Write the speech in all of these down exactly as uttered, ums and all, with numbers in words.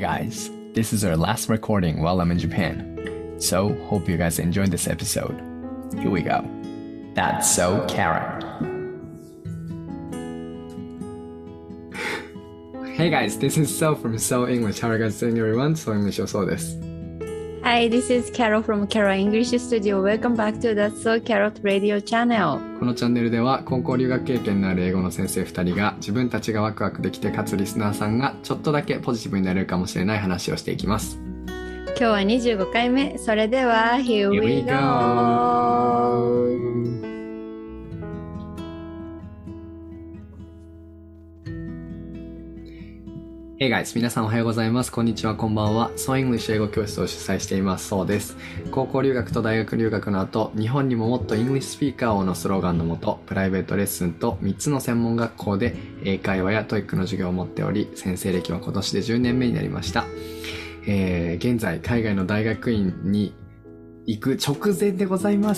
guys, this is our last recording while I'm in Japan. So, hope you guys enjoyed this episode. Here we go. That's so Karen. Hey guys, this is So from So English. How are you guys doing, everyone? So English をそうです。 Hi, this is Carol from Carol English Studio. Welcome back to That's So Carol Radio Channel. このチャンネルでは高校留学経験のある英語の先生ふたりが自分たちがワクワクできてかつリスナーさんがちょっとだけポジティブになれるかもしれない話をしていきます。 今日はにじゅうごかいめ。それでは Here we go! Here we go. Hey guys, 皆さんおはようございます。こんにちは、こんばんは。So English 英語教室を主催しています。そうです。高校留学と大学留学の後、日本にももっと English スピーカーをのスローガンのもと、プライベートレッスンとみっつの専門学校で英会話や トーイック の授業を持っており、先生歴は今年でじゅうねんめになりました。えー、現在、海外の大学院に行く直前でございます。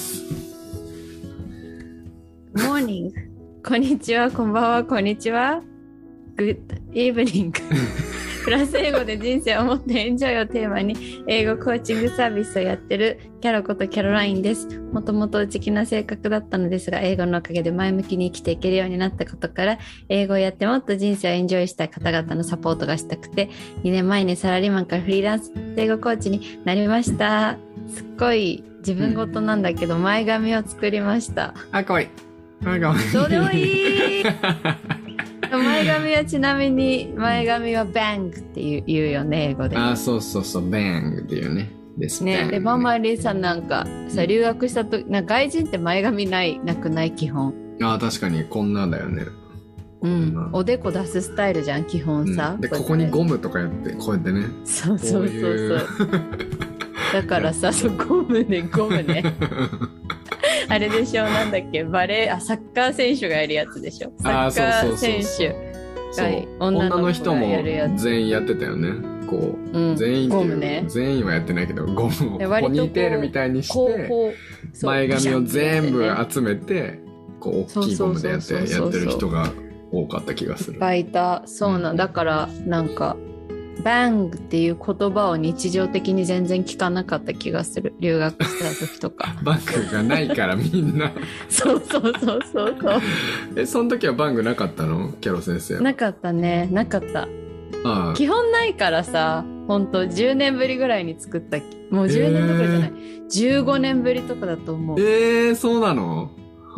Good morning. こんにちは、こんばんは、こんにちは。Good evening. プラス英語で人生をもっとエンジョイをテーマに英語コーチングサービスをやってるキャロことキャロラインです。もともと内気な性格だったのですが、英語のおかげで前向きに生きていけるようになったことから、英語をやってもっと人生をエンジョイしたい方々のサポートがしたくて、にねんまえにサラリーマンからフリーランス英語コーチになりました。すっごい自分ごとなんだけど、前髪を作りました。 あ、かわいい。あ、かわいい。 どうでもいい。前髪はちなみに前髪はバングって言う、言うよね、英語で。 あ、そうそうそう、バングっていうね。ですね。で、ママリーさんなんかさ、留学したとき、なんか外人って前髪ないなくない基本。 あ、確かにこんなんだよね。 うん、おでこ出すスタイルじゃん基本さ。 うん、でここにゴムとかやってこうやってね。 そうそうそうそう。だからさ、そうゴムねゴムね。あれでしょ、なんだっけ、バレー、あ、サッカー選手がやるやつでしょ。サッカー選手が女の人も全員やってたよね。こう、うん、全員っていう、ね、全員はやってないけど、ゴムをポニーテールみたいにして前髪を全部集めて、こう大きいゴムでやってやってる人が多かった気がする。 いっぱいいた。そうなん、だからなんか。バングっていう言葉を日常的に全然聞かなかった気がする、留学した時とか。 バングがないからみんな。 そうそうそうそうそう。 え、その時はバングなかったの？キャロ先生。 なかったね、なかった。 ああ、 基本ないからさ、ほんとじゅうねんぶりぐらいに作った。もうじゅうねんどころじゃない、えー、じゅうごねんぶりとかだと思う。 えー、そうなの？ うん、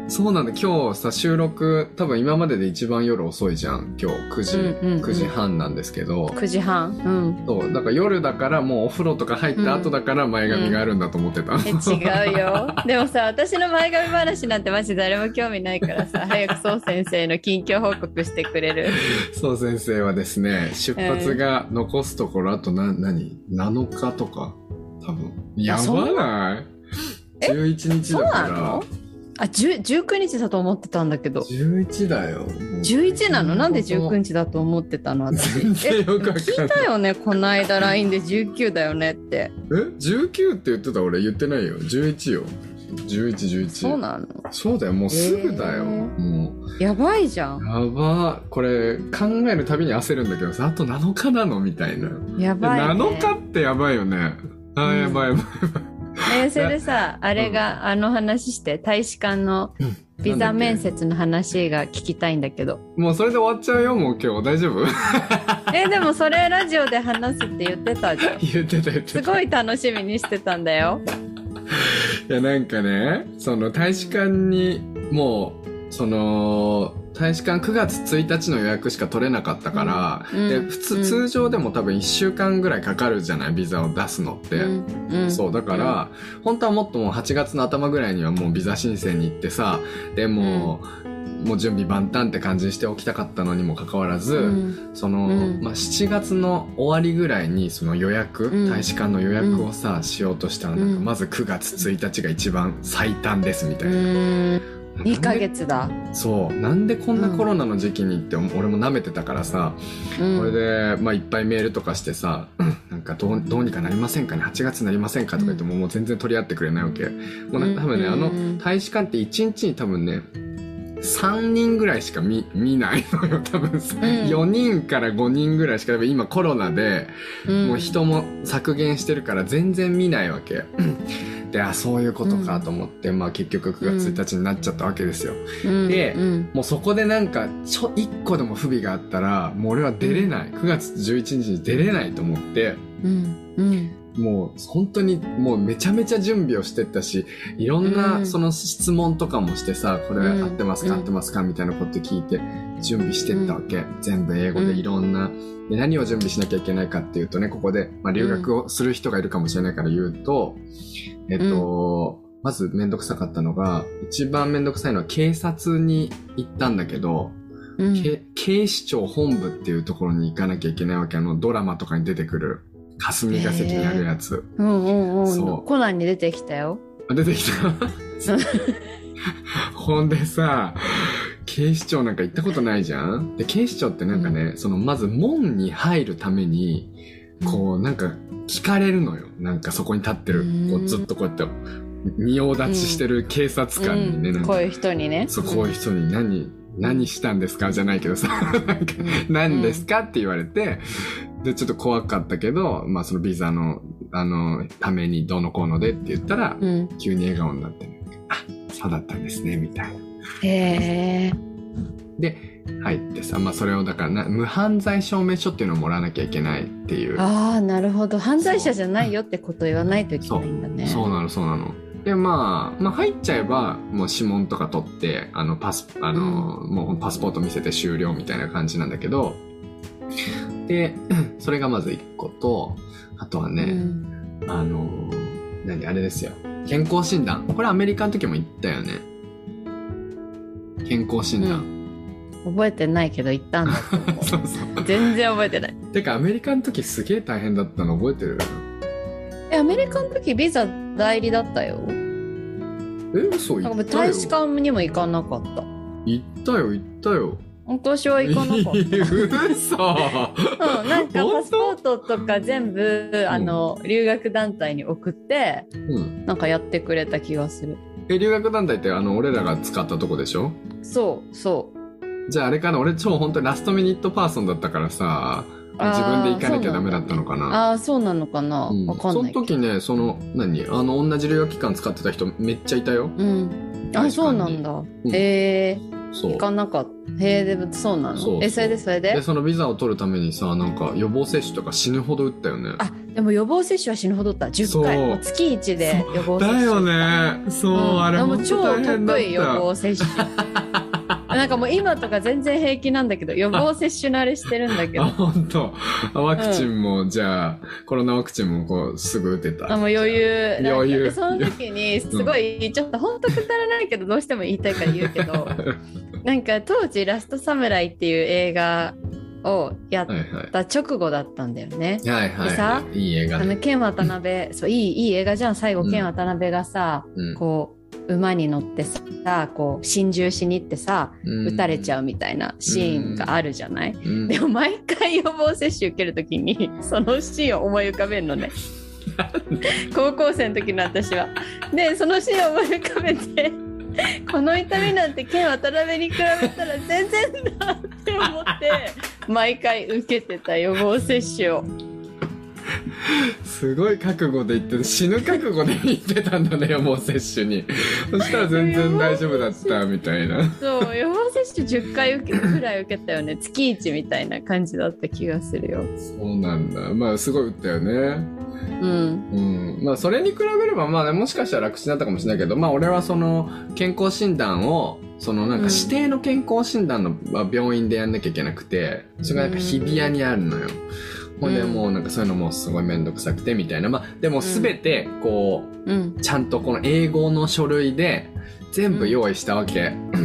そうなんだ。今日さ、収録多分今までで一番夜遅いじゃん。今日くじ、うんうんうん、くじはんなんですけど。 くじはん。うん。 そう。だから夜だからもうお風呂とか入った後だから前髪があるんだと思ってた。うんうん、 え、違うよ。でもさ、私の前髪話なんてマジ誰も興味ないからさ、早くそう先生の近況報告してくれる？ そう先生はですね、出発が残すところあとな、何 ?なのかとか多分。やばない？ じゅういちにちだから。 あ、じゅう、じゅうくにちだと思ってたんだけど。 じゅういちだよ。 じゅういちなの？なんでじゅうくにちだと思ってたの？私。 全然よくわかんない。 聞いたよね、この間 ライン でじゅうきゅうだよねって。 え ?じゅうきゅう って言ってた？俺言ってないよ。じゅういちよ。じゅういち、じゅういち。 そうなの？ そうだよ、もうすぐだよ。もう。やばいじゃん。 やば。これ考えるたびに焦るんだけどさ、あとなのかなのみたいな。 やばい、ね。 なのかってやばいよね。あー、やばいやばいやばい。 えー、それでさ、あれが、うん、あの話して大使館のビザ面接の話が聞きたいんだけど。 もうそれで終わっちゃうよ、もう今日。大丈夫？ えー、でもそれラジオで話すって言ってたじゃん。 言ってた言ってた。 すごい楽しみにしてたんだよ。 いや、なんかね、その大使館にもうその大使館くがつついたちの予約しか取れなかったから、うん、で普通、うん、通常でも多分いっしゅうかんぐらいかかるじゃない、ビザを出すのって、うんうん、そうだから、うん、本当はもっともうはちがつの頭ぐらいにはもうビザ申請に行ってさ、でも、うん、もう準備万端って感じにしておきたかったのにもかかわらず、うん、その、うん、まあ、しちがつの終わりぐらいにその予約、うん、大使館の予約をさ、うん、しようとしたら、なんかまずくがつついたちが一番最短ですみたいな、うんにかげつだ。 そうなんでこんなコロナの時期にって俺も舐めてたからさ、うん、これで、まあ、いっぱいメールとかしてさ、なんかどう、どうにかなりませんかね、はちがつになりませんかとか言っても、もう全然取り合ってくれないわけ。もうなんか多分ね、うん、あの大使館っていちにちに多分ねさんにんぐらいしか 見, 見ないのよ多分さ、うん、よにんからごにんぐらいしか、今コロナで、うん、もう人も削減してるから全然見ないわけで、あ、そういうことかと思って、うん、まあ結局くがつついたちになっちゃったわけですよ、うん、で、うん、もうそこでなんかちょいっこでも不備があったらもう俺は出れない、うん、くがつじゅういちにちに出れないと思って、うんうんもう本当にもうめちゃめちゃ準備をしてったし、いろんなその質問とかもしてさ、これ合ってますか、うん、合ってますかみたいなこと聞いて準備してったわけ、うん、全部英語でいろんな、で何を準備しなきゃいけないかっていうとね、ここで、まあ、留学をする人がいるかもしれないから言うと、うん、えっと、うん、まずめんどくさかったのが、一番めんどくさいのは警察に行ったんだけど、うん、警視庁本部っていうところに行かなきゃいけないわけ。あのドラマとかに出てくる霞が関にあるやつ、 えー、うんうんうん、そうコナンに出てきたよ。 あ、出てきたほんでさ、警視庁なんか行ったことないじゃん。で警視庁ってなんかね、うん、そのまず門に入るためにこうなんか聞かれるのよ。なんかそこに立ってる、うん、こうずっとこうやって仁王立ちしてる警察官にね、 うんうん、こういう人にね、 そう、こういう人に何何したんですかじゃないけどさなんか、うん、何ですかって言われて、でちょっと怖かったけど、まあそのビザのあのためにどうのこうのでって言ったら、うん、急に笑顔になって、ね、あ、そうだったんですねみたいな。 へー。 で入ってさ、まあそれをだからな無犯罪証明書っていうのをもらわなきゃいけないっていう。 ああ、なるほど。犯罪者じゃないよってことを言わないといけないんだね。 そう、そうなのそうなの。で、まあ、まあ入っちゃえばもう指紋とか取ってあのパスあの、うん、もうパスポート見せて終了みたいな感じなんだけど、でそれがまず一個と、あとはね、うん、あの何あれですよ、健康診断。これアメリカの時も言ったよね、健康診断、 うん、覚えてないけど言ったんだと思うそうそう全然覚えてない。 てかアメリカの時すげえ大変だったの覚えてる？ え、アメリカの時ビザ代理だったよ。 え、嘘？言ったよ。 大使館にも行かなかった。 行ったよ行ったよ。 私は行かなかった。嘘。うん、なんかパスポートとか全部あの、うん、留学団体に送って、うん、なんかやってくれた気がする。 え、留学団体ってあの俺らが使ったとこでしょ？ そうそう。 じゃああれかな、俺超本当にラストミニットパーソンだったからさ、自分で行かなきゃダメだったのかな。 ああ、そうなのかな、うん、わかんないけど。 その時ね、その何あの同じ留学期間使ってた人めっちゃいたよ。うん。 あ、そうなんだ。うん、へえ。そう。行かなかった。へえ、でもそうなの。そうそう。え、それでそれで。 で、そのビザを取るためにさ、なんか予防接種とか死ぬほど打ったよね。 あ、でも予防接種は死ぬほど打った。じゅっかい。もう月いちで予防接種。 だよね。そう、うん、あれも超得意予防接種。なんかもう今とか全然平気なんだけど、予防接種慣れしてるんだけど。 あ、本当。ワクチンも、うん、じゃあコロナワクチンもこうすぐ打てた。 あ、もう余裕。余裕。その時にすごい、うん、ちょっと本当くだらないけどどうしても言いたいから言うけど、なんか当時ラストサムライっていう映画をやった直後だったんだよね。 はいはい。 でさ、 いい映画ね。 あのケン渡辺、そういいいい映画じゃん。最後ケン渡辺がさ、うん、こう。馬に乗ってさ、こう心中しに行ってさ、うん、撃たれちゃうみたいなシーンがあるじゃない、うん、でも毎回予防接種受けるときにそのシーンを思い浮かべるのね高校生の時の私は。でそのシーンを思い浮かべてこの痛みなんて剣渡辺に比べたら全然だって思って毎回受けてた予防接種を。 すごい覚悟で言って死ぬ覚悟で言ってたんだね予防接種に。そしたら全然大丈夫だったみたいな。 そう、予防接種じゅっかい受けぐらい受けたよね。月いちみたいな感じだった気がするよ。 そうなんだ。まあすごい打ったよね。うん、うん、まあそれに比べればまあ、ね、もしかしたら楽ちんだったかもしれないけど、まあ俺はその健康診断をそのなんか指定の健康診断の病院でやんなきゃいけなくて、それがなんか日比谷にあるのよ。ほんでもうなんかそういうのもすごいめんどくさくてみたいな。まあでもすべてこう、うん、ちゃんとこの英語の書類で全部用意したわけ。うん。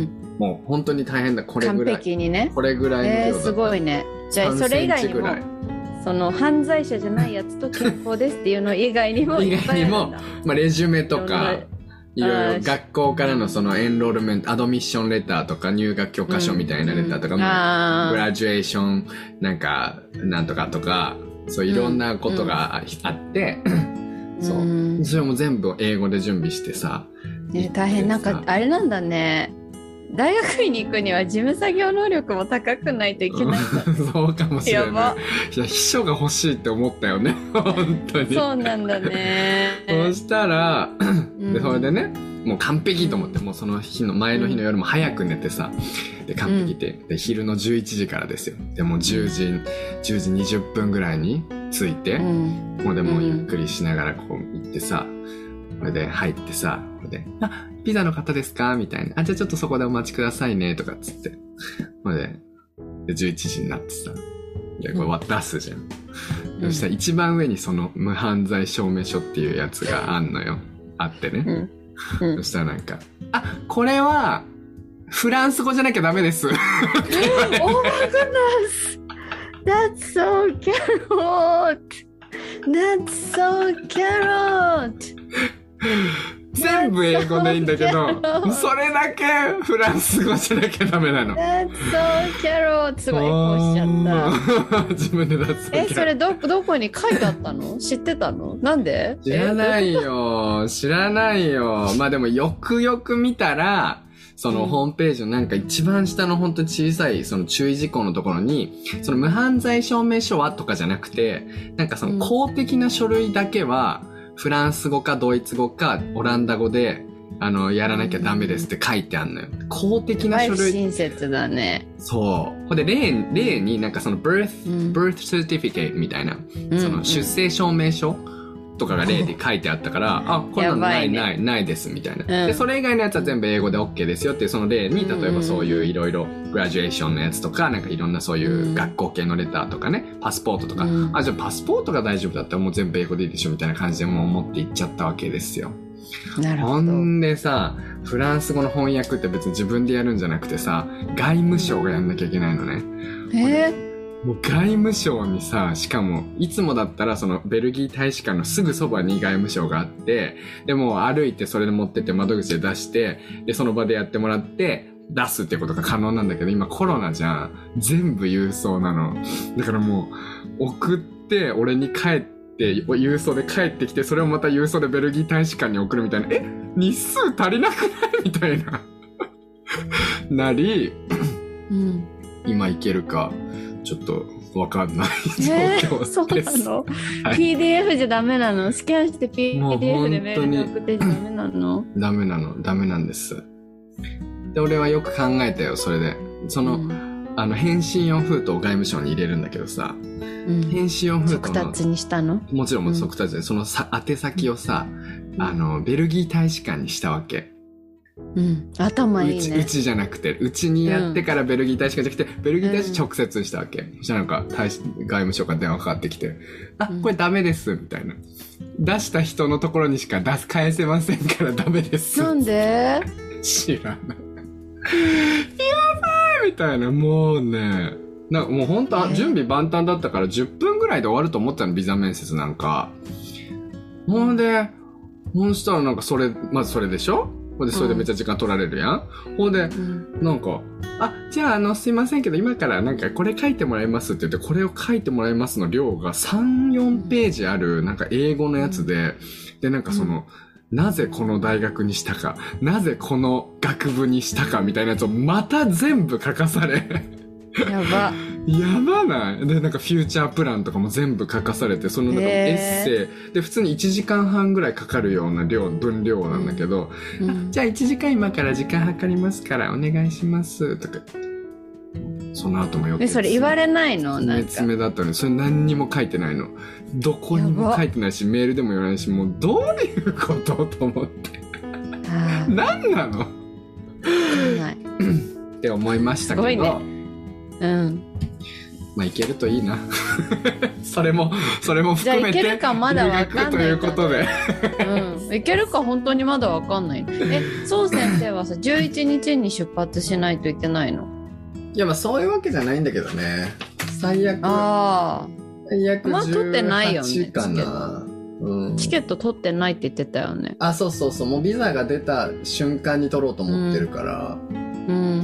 もう本当に大変だ。これぐらい。 完璧にね。 これぐらいの量だった。 えー、すごいね。じゃあそれ以外にもその犯罪者じゃないやつと健康ですっていうの以外にもいっぱいあるんだ。以外にも、 まあレジュメとか。いろいろ学校からのそのエンロールメント、アドミッションレターとか入学許可書みたいなレターとか、うん、グラジュエーションなんかなんとかとか、そういろんなことがあって、うんうん、そうそれも全部英語で準備してさ、 ね、大変。なんかあれなんだね、 大学院に行くには事務作業能力も高くないといけないんだ。 そうかもしれない。 やば。 いや、秘書が欲しいって思ったよね。本当に。 そうなんだね。 そしたら、 うんで、それでね、もう完璧と思って、もうその日の、前の日の夜も早く寝てさ、で、完璧で、で、昼のじゅういちじからですよ。で、もうじゅうじ、じゅうじにじゅっぷんぐらいに着いて、 うん、 もうでもうゆっくりしながらこう行ってさ、これで入ってさ、これで、あ、ピザの方ですかみたいな。あ、じゃあちょっとそこでお待ちくださいね、とかっつって。これで、でじゅういちじになってさ、で、これ渡すじゃん。うん、そしたら一番上にその無犯罪証明書っていうやつがあんのよ。あってね。 うんうん、 そしたらなんか、あ、これは、フランス語じゃなきゃダメです。 Oh my goodness! That's so carrot! That's so carrot! 全部英語でいいんだけど、それだけフランス語じゃなきゃダメなの。 That's so carrot! すごいエコーしちゃった。 自分で出す。 え、それど、どこに書いてあったの？知ってたの？なんで？ 知らないよ。知らないよ。まあでもよくよく見たら、そのホームページのなんか一番下のほんと小さいその注意事項のところに、その無犯罪証明書はとかじゃなくて、なんかその公的な書類だけは、フランス語かドイツ語かオランダ語で、あの、やらなきゃダメですって書いてあるのよ。公的な書類。 親切だね。 そう。ほんで、例、例になんかその birth、うん、birth certificate みたいな、うん、その出生証明書とかが例で書いてあったから、あ、こんなのない、ね、ない、ないですみたいな、うん。で、それ以外のやつは全部英語で OK ですよっていうその例に、例えばそういういろいろグラジュエーションのやつとか、なんかいろんなそういう学校系のレターとかね、パスポートとか、うん、あ、じゃあパスポートが大丈夫だったらもう全部英語でいいでしょみたいな感じでもう思っていっちゃったわけですよ。 なるほど。 ほんでさ、フランス語の翻訳って別に自分でやるんじゃなくてさ、外務省がやんなきゃいけないのね。 えーもう外務省にさ、しかも、いつもだったらそのベルギー大使館のすぐそばに外務省があって、でも歩いてそれで持ってって窓口で出して、で、その場でやってもらって、出すってことが可能なんだけど、今コロナじゃん。全部郵送なの。だからもう、送って、俺に帰って、郵送で帰ってきて、それをまた郵送でベルギー大使館に送るみたいな、え、日数足りなくないみたいな。なり、 うん、 今いけるか。ちょっとわかんない状況です。 そうなの、はい、ピーディーエフ じゃダメなの？スキャンして ピーディーエフ でメールで送ってダメなの？ ダメなの、ダメなんです。で、俺はよく考えたよ、それで。その、うん、あの、返信用封筒を外務省に入れるんだけどさ、うん、返信用封筒の。 速達にしたの？ もちろんもう速達で、そのさ宛先をさ、うん、あの、ベルギー大使館にしたわけ。 うん、頭いいね。 うち、うちじゃなくて、うちにやってからベルギー大使館じゃなくて、ベルギー大使直接にしたわけ。うん、そしたらなんか、大使、外務省から電話かかってきて、あ、これダメです、みたいな。出した人のところにしか出す、返せませんからダメです。 なんで？ 知らない。やばいみたいな、もうね。なんかもう本当は準備万端だったからじゅっぷんぐらいで終わると思ったの、ビザ面接なんか。ほんで、ほんしたらなんかそれ、まずそれでしょ？ほんで、それでめっちゃ時間取られるやん。うん、ほんで、うん、なんか、あ、じゃあ、あの、すいませんけど、今からなんかこれ書いてもらいますって言って、これを書いてもらいますの量がさん、よんページある、なんか英語のやつで、うん、で、なんかその、うん、なぜこの大学にしたか、なぜこの学部にしたかみたいなやつをまた全部書かされ。 やば。 やばない。で、なんかフューチャープランとかも全部書かされて、そのなんかエッセイ、で、普通にいちじかんはんぐらいかかるような量、分量なんだけど、うん、じゃあいちじかん今から時間計りますからお願いします、とか。その後もよく。 え、それ言われないの？ なんか。詰めだったのに、それ何にも書いてないの。どこにも書いてないし、メールでも言わないし、もうどういうことと思って。何なの？ ない。 って思いましたけど。 すごいね。うん。 まあ、いけるといいな。それも、それも含めて。 じゃあいけるかまだわかんない。 ということで。 うん。いけるか本当にまだわかんない。え、そう先生はさ、じゅういちにちに出発しないといけないの？ いや、まあそういうわけじゃないんだけどね。最悪。 ああ。 最悪じゅうはちかな。まあ取ってないよね。チケット。うん、チケット取ってないって言ってたよね。 あ、そうそうそう。もうビザが出た瞬間に取ろうと思ってるから。 うん。うん、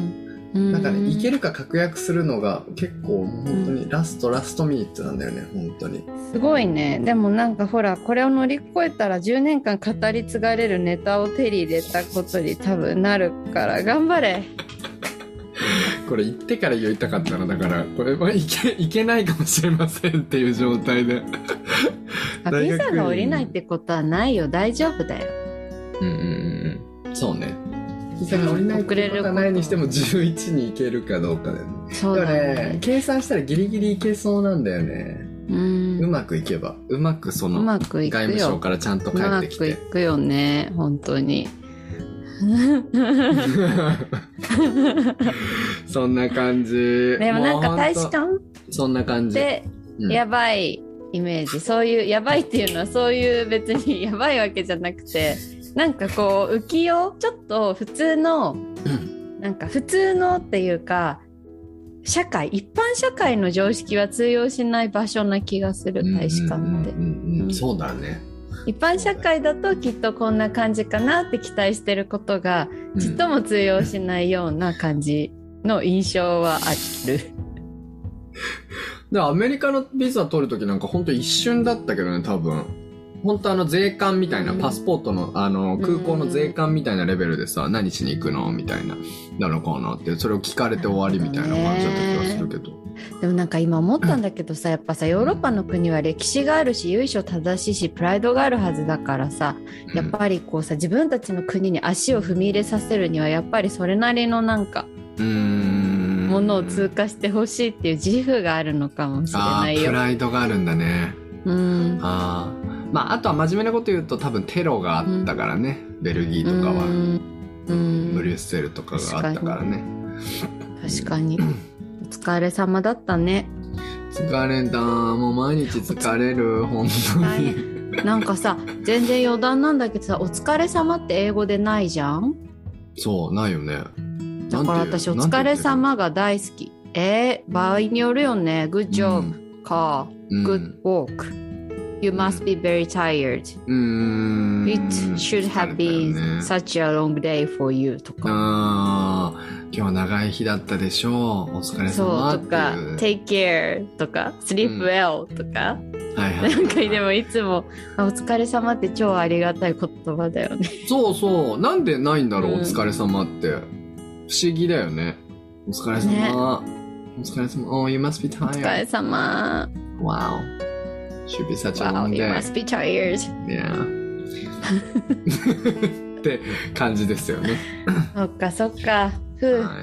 なんかね、いけるか確約するのが結構本当にラスト、うん、ラストミニッツなんだよね、本当に。 すごいね。でもなんかほら、これを乗り越えたらじゅうねんかん語り継がれるネタを手に入れたことに多分なるから頑張れ。 これ言ってから言いたかったのだから、これはいけ、いけないかもしれませんっていう状態で。 ビザが下りないってことはないよ。大丈夫だよ。 うんうんうん。そうね。ビザが下りないってことはないにしてもじゅういちに行けるかどうかだよね。 そうだね。 計算したらギリギリいけそうなんだよね。うん。うまくいけば。うまくその、外務省からちゃんと帰ってきて。 うまくいくよね。本当に。 そんな感じ。 でもなんか大使館そんな感じで、うん、やばいイメージ、そういうやばいっていうのはそういう別にやばいわけじゃなくて、なんかこう浮世ちょっと普通の、うん、なんか普通のっていうか社会一般社会の常識は通用しない場所な気がする、大使館って。 そうだね。 一般社会だときっとこんな感じかなって期待してることがちっとも通用しないような感じの印象はある。 でアメリカのビザ取るときなんか本当一瞬だったけどね、多分。本当あの税関みたいな、パスポートのあの空港の税関みたいなレベルでさ、何しに行くのみたいな、なのかなって、それを聞かれて終わりみたいな感じだった気がするけど。 でもなんか今思ったんだけどさ、やっぱさヨーロッパの国は歴史があるし由緒正しいしプライドがあるはずだからさ、やっぱりこうさ自分たちの国に足を踏み入れさせるにはやっぱりそれなりのなんかうーんものを通過してほしいっていう自負があるのかもしれないよ。 あ、プライドがあるんだね。うん。ああ。まああとは真面目なこと言うと多分テロがあったからね、うん、ベルギーとかは、うん、ブリュッセルとかがあったからね。 確かに。お疲れ様だったね。 疲れた。もう毎日疲れる。本当に。 なんかさ、全然余談なんだけどさ、お疲れ様って英語でないじゃん？ そう、ないよね。 だから私、お疲れ様が大好き。えー、場合によるよね。Good job、か、うん、Good walk。You must be very tired. It should have been such a long day for you とか。 ああ、今日長い日だったでしょう。お疲れ様っていう。 そうとか、take care とか、sleep well とか。はいはい。なんかでもいつもお疲れ様って超ありがたい言葉だよね。 そうそう。なんでないんだろう、うん、お疲れ様って。不思議だよね。お疲れ様。ね、お疲れ様。Oh, you must be tired. お疲れ様。 Wow.Should be such a wow, long day. You must be tired. Yeah. って感じですよね。 そっかそっか。ふう。はい、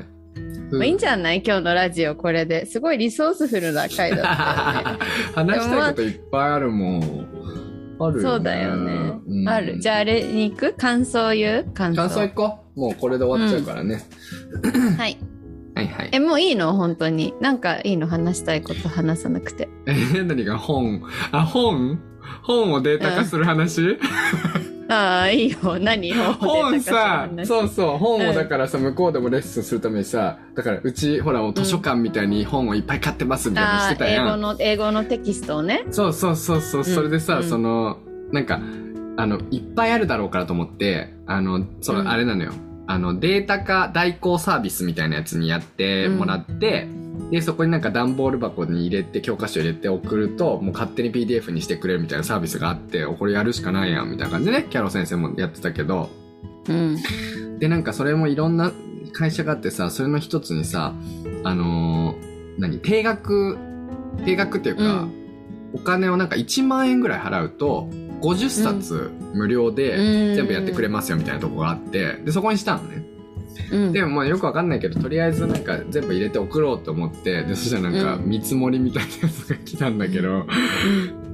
まあ、いいんじゃない今日のラジオこれですごいリソースフルな回だったよね。 話したいこといっぱいあるもん。あるよね。 そうだよね。うん、ある。じゃああれに行く？感想言う？感想。 感想行こう。もうこれで終わっちゃうからね。 うん、はい。はいはい、え、もういいの本当に。なんかいいの話したいこと話さなくて。 え、何が本あ、本本をデータ化する話、うん、 ああ、いいよ。何本さ、そうそう、本をだからさ、うん、向こうでもレッスンするためにさ、だからうち、ほら、図書館みたいに本をいっぱい買ってますみたいなのしてたやん。 英語の、英語のテキストをね。 そうそうそうそう、それでさ、うん、その、なんか、あの、いっぱいあるだろうからと思って、あの、その、うん、あれなのよ。あの、データ化代行サービスみたいなやつにやってもらって、うん、で、そこになんか段ボール箱に入れて、教科書入れて送ると、もう勝手に ピーディーエフ にしてくれるみたいなサービスがあって、これやるしかないやん、みたいな感じでね、キャロ先生もやってたけど、うん。で、なんかそれもいろんな会社があってさ、それの一つにさ、あのー、何定額、定額っていうか、うん、お金をなんかいちまんえんぐらい払うと、ごじゅっさつ無料で全部やってくれますよみたいなとこがあって、で、そこにしたのね。うん、でもまあよくわかんないけど、とりあえずなんか全部入れて送ろうと思って、で、そしたらなんか見積もりみたいなやつが来たんだけど、うん、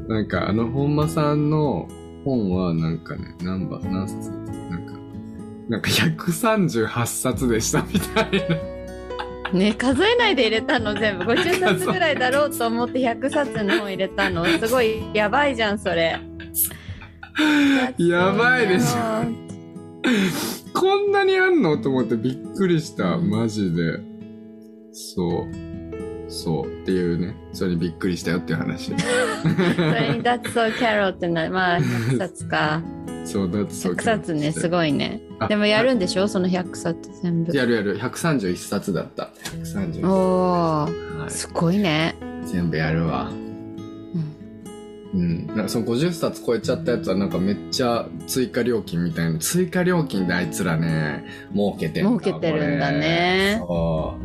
なんかあの本間さんの本はなんかね、何番、何冊なんか、なんかひゃくさんじゅうはちさつでしたみたいな。 ね、数えないで入れたの全部ごじゅっさつぐらいだろうと思ってひゃくさつの本入れたのすごいやばいじゃんそれ。 やばいでしょ。こんなにあんのと思ってびっくりした、マジで。そうそうっていうね、それにびっくりしたよっていう話。 それに That's so Carol ってのはまあひゃくさつか。 そうだってひゃくさつね、すい。 ごいね。でもやるんでしょそのひゃくさつ全部。 やるやる。ひゃくさんじゅういっさつだった。ひゃくさんじゅういっさつ。 おー、 はい、 すごいね。 全部やるわ。うん。なんかそのごじゅっさつ超えちゃったやつはなんかめっちゃ追加料金みたいな。追加料金であいつらね、儲けてんだ。 儲けてるんだね。 そう。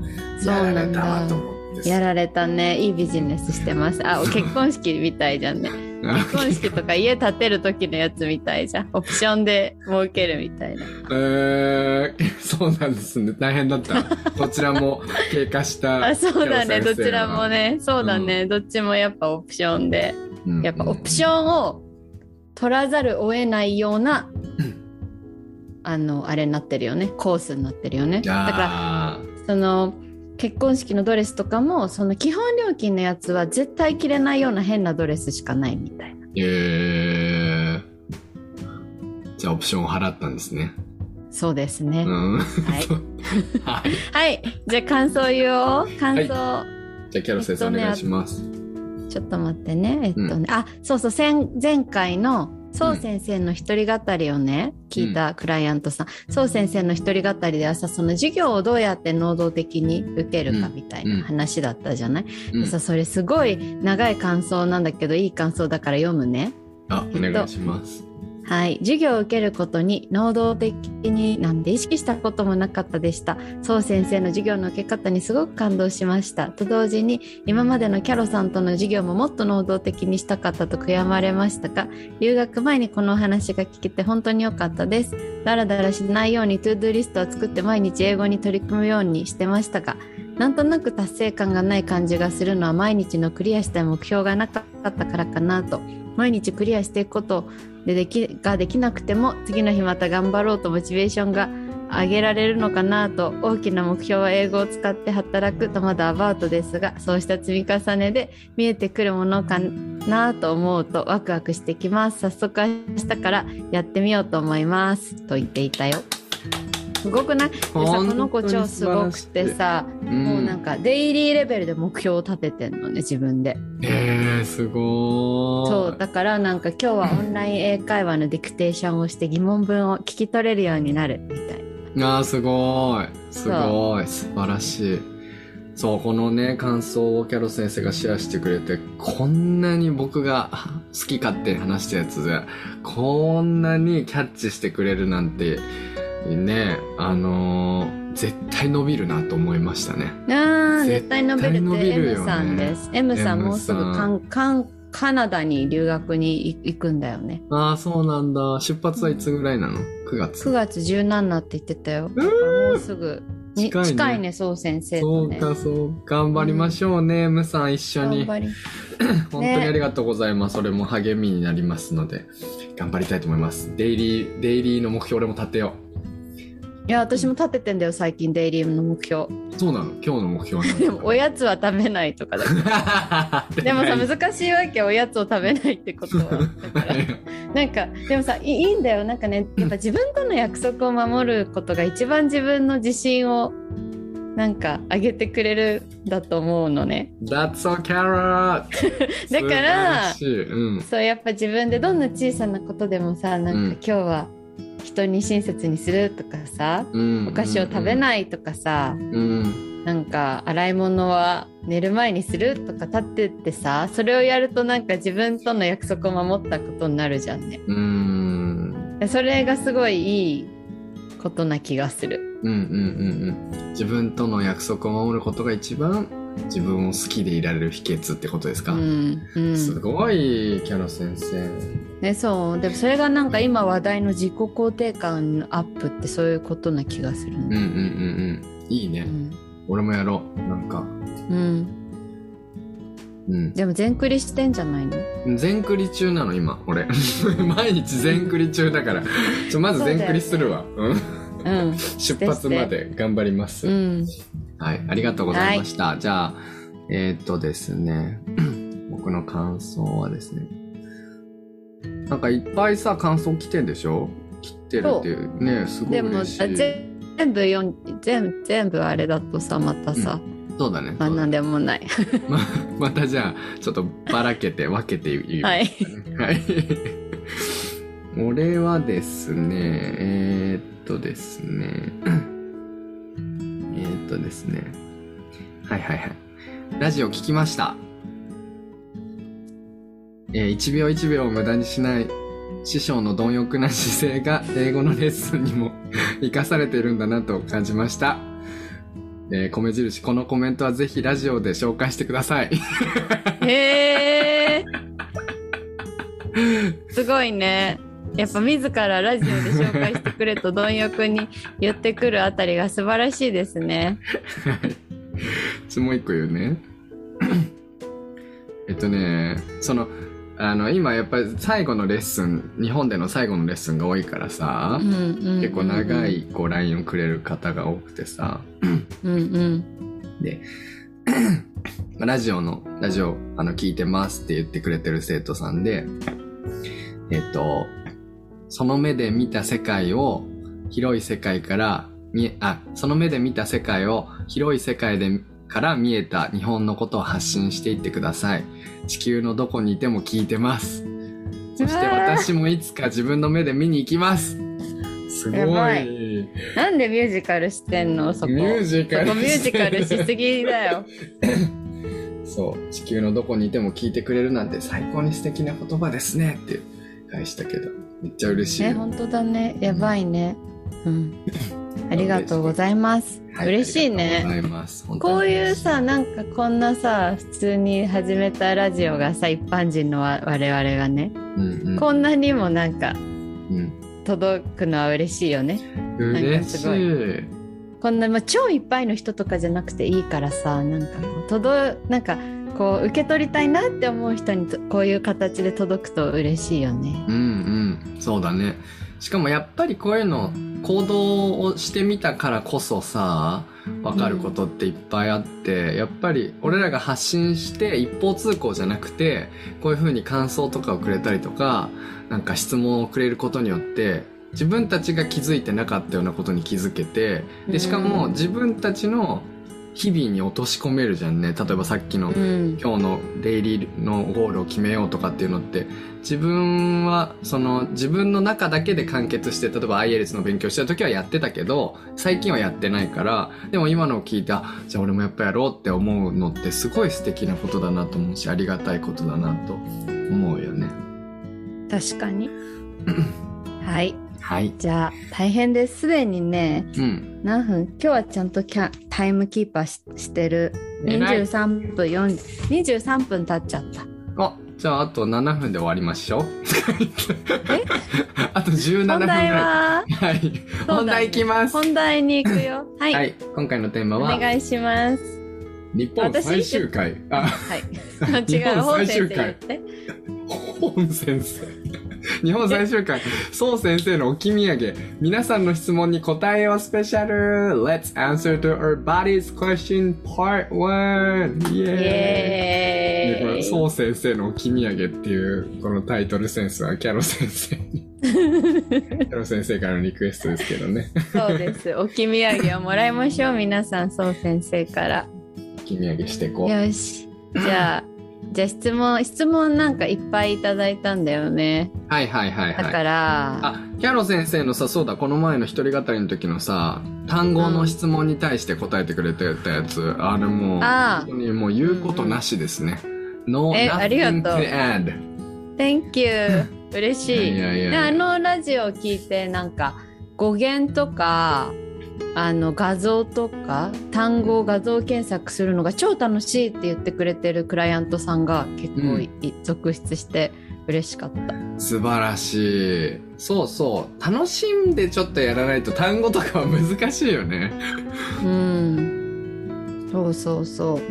そうなんだ。 やられたわと思って。 やられたね。いいビジネスしてます。あ、結婚式みたいじゃんね。結婚式とか家建てる時のやつみたいじゃん。オプションで儲けるみたいな。 えー、そうなんですね。大変だった。どちらも経過した。 あ、そうだね。どちらもね。そうだね、うん。どっちもやっぱオプションで。うん、やっぱオプションを取らざるを得ないような、うん、あの、あれになってるよね。コースになってるよね。だから、その、結婚式のドレスとかもその基本料金のやつは絶対着れないような変なドレスしかないみたいな。 えー、じゃあオプションを払ったんですね。 そうですね、うん、はいはい、 はい、じゃあ感想言おう。感想、はい、 じゃあキャロ先生、えっとね、お願いします。 ちょっと待ってねえっとね、うん、あ、そうそう、前, 前回のそう先生の一人語りをね、うん、聞いたクライアントさん、そう先生の一人語りではさ、その授業をどうやって能動的に受けるかみたいな話だったじゃない、うんうん、でさ、それすごい長い感想なんだけど、いい感想だから読むね。 あ、お願いします。 はい、授業を受けることに能動的になんで意識したこともなかったでした。そう先生の授業の受け方にすごく感動しました。と同時に今までのキャロさんとの授業ももっと能動的にしたかったと悔やまれましたが、留学前にこのお話が聞けて本当に良かったです。だらだらしないようにトゥードゥリストを作って毎日英語に取り組むようにしてましたが、なんとなく達成感がない感じがするのは毎日のクリアしたい目標がなかったからかなと。毎日クリアしていくことでできができなくても次の日また頑張ろうとモチベーションが上げられるのかなと。大きな目標は英語を使って働くとまだアバウトですが、そうした積み重ねで見えてくるものかなと思うとワクワクしてきます。早速明日からやってみようと思いますと言っていたよ。すごくない？でさ、この子超すごくてさ、うん、もうなんかデイリーレベルで目標を立ててんのね、自分で。 えー、すごーい。 そうだから、なんか今日はオンライン英会話のディクテーションをして疑問文を聞き取れるようになるみたいな。 あー、すごーい、すごい、素晴らしい。そう、このね感想をキャロ先生がシェアしてくれて、こんなに僕が好き勝手に話したやつでこんなにキャッチしてくれるなんてね、あのー、絶対伸びるなと思いましたね。 ああ、絶対伸びるって M さんです。M さんもうすぐカンカンカナダに留学に行くんだよね。 ああ、そうなんだ。出発はいつぐらいなの？ くがつ。 くがつじゅうしちって言ってたよ。だからもうすぐ近いね。近いね、そう先生とね。 そうか、そう頑張りましょうね、うん、M さん一緒に。頑張り本当にありがとうございます。それも励みになりますので頑張りたいと思います。デイリーデイリーの目標俺も立てよう。 いや、私も立ててんだよ最近、デイリーの目標。 そうなの？今日の目標はでもおやつは食べないとかだからでもさ、難しいわけ、おやつを食べないってことは。だからなんかでもさ、いいんだよ。なんかね、やっぱ自分との約束を守ることが一番自分の自信をなんか上げてくれるんだと思うのね。 That's so carrot だから、 うん、 そうやっぱ自分でどんな小さなことでもさ、なんか今日は人に親切にするとかさ、うん、お菓子を食べないとかさ、うん、なんか洗い物は寝る前にするとか立ってってさ、それをやるとなんか自分との約束を守ったことになるじゃんね。うん、それがすごいいいことな気がする。 うんうんうんうん。自分との約束を守ることが一番自分を好きでいられる秘訣ってことですか？うんうん、すごいキャロ先生。 ね、そうでもそれがなんか今話題の自己肯定感のアップってそういうことな気がする、ね、 うんうんうんうんいいね、うん、俺もやろうなんかうんうん、でも全クリしてんじゃないの？ 全クリ中なの今俺毎日全クリ中だからちょまず全クリするわう、ねうん、出発まで頑張ります、うん、はいありがとうございました、はい、じゃあえー、っとですね僕の感想はですね、なんかいっぱいさ感想来てんでしょ？来てるっていうね、すごい嬉しい。でも全部読ん全部全部あれだとさまたさ、 うん、そうだね。 まあなんでもないま, またじゃあちょっとばらけて分けて言う、ね、 はい、 はい俺はですね、えー、っとですね、えーっとですね、はいはいはい。ラジオ聞きました。えー、いちびょういちびょうを無駄にしない師匠の貪欲な姿勢が英語のレッスンにも生かされているんだなと感じました。えー、米印、このコメントはぜひラジオで紹介してください。 へー。すごいね。やっぱ自らラジオで紹介してくれと貪欲に言ってくるあたりが素晴らしいですね。 ちょもう一個言うね。えっとね、その、あの、今やっぱり最後のレッスン、日本での最後のレッスンが多いからさ、うんうんうんうん、結構長いこう ライン をくれる方が多くてさ、うんうん、で、ラジオの、ラジオあの聞いてますって言ってくれてる生徒さんで、えっと、その目で見た世界を広い世界から見え、あ、その目で見た世界を広い世界でから見えた日本のことを発信していってください。地球のどこにいても聞いてます。そして私もいつか自分の目で見に行きます。すごい。 なんでミュージカルしてんのそこ。 ミュージカルそこミュージカルしすぎだよ。 そう。地球のどこにいても聞いてくれるなんて最高に素敵な言葉ですねって返したけど。めっちゃ嬉しい。 ね、本当だね。やばいね。うん。ありがとうございます。はい、嬉しいね。 ありがとうございます。 こういうさ、なんかこんなさ、普通に始めたラジオがさ、一般人の我々がね、うんうん、こんなにもなんか、うん、届くのは嬉しいよね。 嬉しい。なんかすごい。 こんな、まあ、超いっぱいの人とかじゃなくていいからさ、なんかこう、届、なんか、こう受け取りたいなって思う人にこういう形で届くと嬉しいよね。 うんうん、そうだね。しかもやっぱりこういうの行動をしてみたからこそさ、わかることっていっぱいあって、うん、やっぱり俺らが発信して一方通行じゃなくて、こういう風に感想とかをくれたりとか、なんか質問をくれることによって、自分たちが気づいてなかったようなことに気づけて、でしかも自分たちの日々に落とし込めるじゃんね。例えばさっきの、うん、今日のデイリーのゴールを決めようとかっていうのって、自分はその自分の中だけで完結して、例えば アイエルツ の勉強してた時はやってたけど、最近はやってないから、でも今のを聞いて、あ、じゃあ俺もやっぱやろうって思うのってすごい素敵なことだなと思うし、ありがたいことだなと思うよね。 確かに。はい。 はい。 じゃあ大変です。すでにね、うん、何分今日はちゃんとキャタイムキーパー し, してるにじゅうさんぷんよんじゅうにじゅうさんぷん経っちゃった。 あ、じゃああとななふんで終わりましょう。えあとじゅうななふんぐらい。本題ははい、ね、本題いきます。 本題に行くよ。はい、 はい、今回のテーマはお願いします。 日本最終回。あ、 はい。違う、本最終回。 本先生。日本最終回、そう先生の置き土産。皆さんの質問に答えようスペシャル。Let's answer to our body's question part one. イエーイ。で、これ、そう先生の置き土産っていう、このタイトルセンスはキャロ先生に。キャロ先生からのリクエストですけどね。 そうです。置き土産をもらいましょう。皆さん、そう先生から。 置き土産していこう。 よし。じゃあ、じゃあ質問、質問なんかいっぱいいただいたんだよね。 はいはいはいはい。 だから。 あ、キャロ先生のさ、そうだ、この前の一人語りの時のさ、単語の質問に対して答えてくれてたやつ、うん、あれもう、本当にもう言うことなしですね。うん、no, え、ありがとう。 to add. Thank you. 嬉しい。いやいやいや。で、あのラジオを聞いて、なんか、語源とか、あの画像とか単語を画像検索するのが超楽しいって言ってくれてるクライアントさんが結構、うん、続出して嬉しかった。 素晴らしい。そうそう、楽しんでちょっとやらないと単語とかは難しいよね。 うん、そうそうそう。 うん、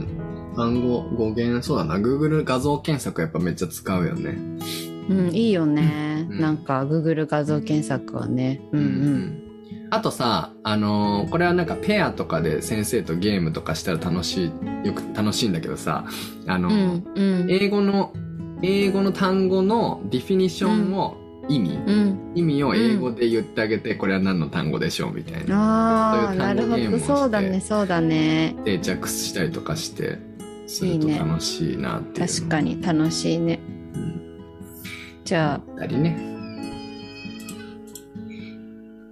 単語語源、そうだな、 Google 画像検索やっぱめっちゃ使うよね。 うん、いいよね、うん、なんか Google 画像検索はね。うんうん、うん、 あとさ、あのー、これはなんかペアとかで先生とゲームとかしたら楽しい、よく楽しいんだけどさ、あのーうんうん、英語の、英語の単語のディフィニッションを、意味、うん、意味を英語で言ってあげて、うん、これは何の単語でしょうみたいな。 ああ、なるほど、そうだね、そうだね。 定着したりとかして、すると楽しいなっていう。 いいね、確かに楽しいね。うん、じゃあ、 ありね。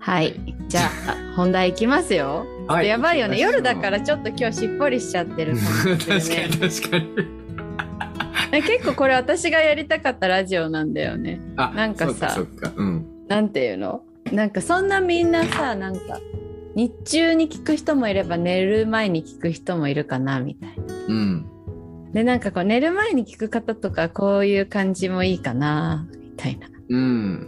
はい、じゃあ本題いきますよ。 はい、 やばいよね、夜だかららちょっと今日しっぽりしちゃってる感じするね。 確かに確かに結構これ私がやりたかったラジオなんだよね。 あ、 なんかさ、 そっかそっか、うん、 なんていうの、なんかそんなみんなさ、なんか日中に聞く人もいれば寝る前に聞く人もいるかなみたいな。 うん、 でなんかこう寝る前に聞く方とかこういう感じもいいかなみたいな。 うん、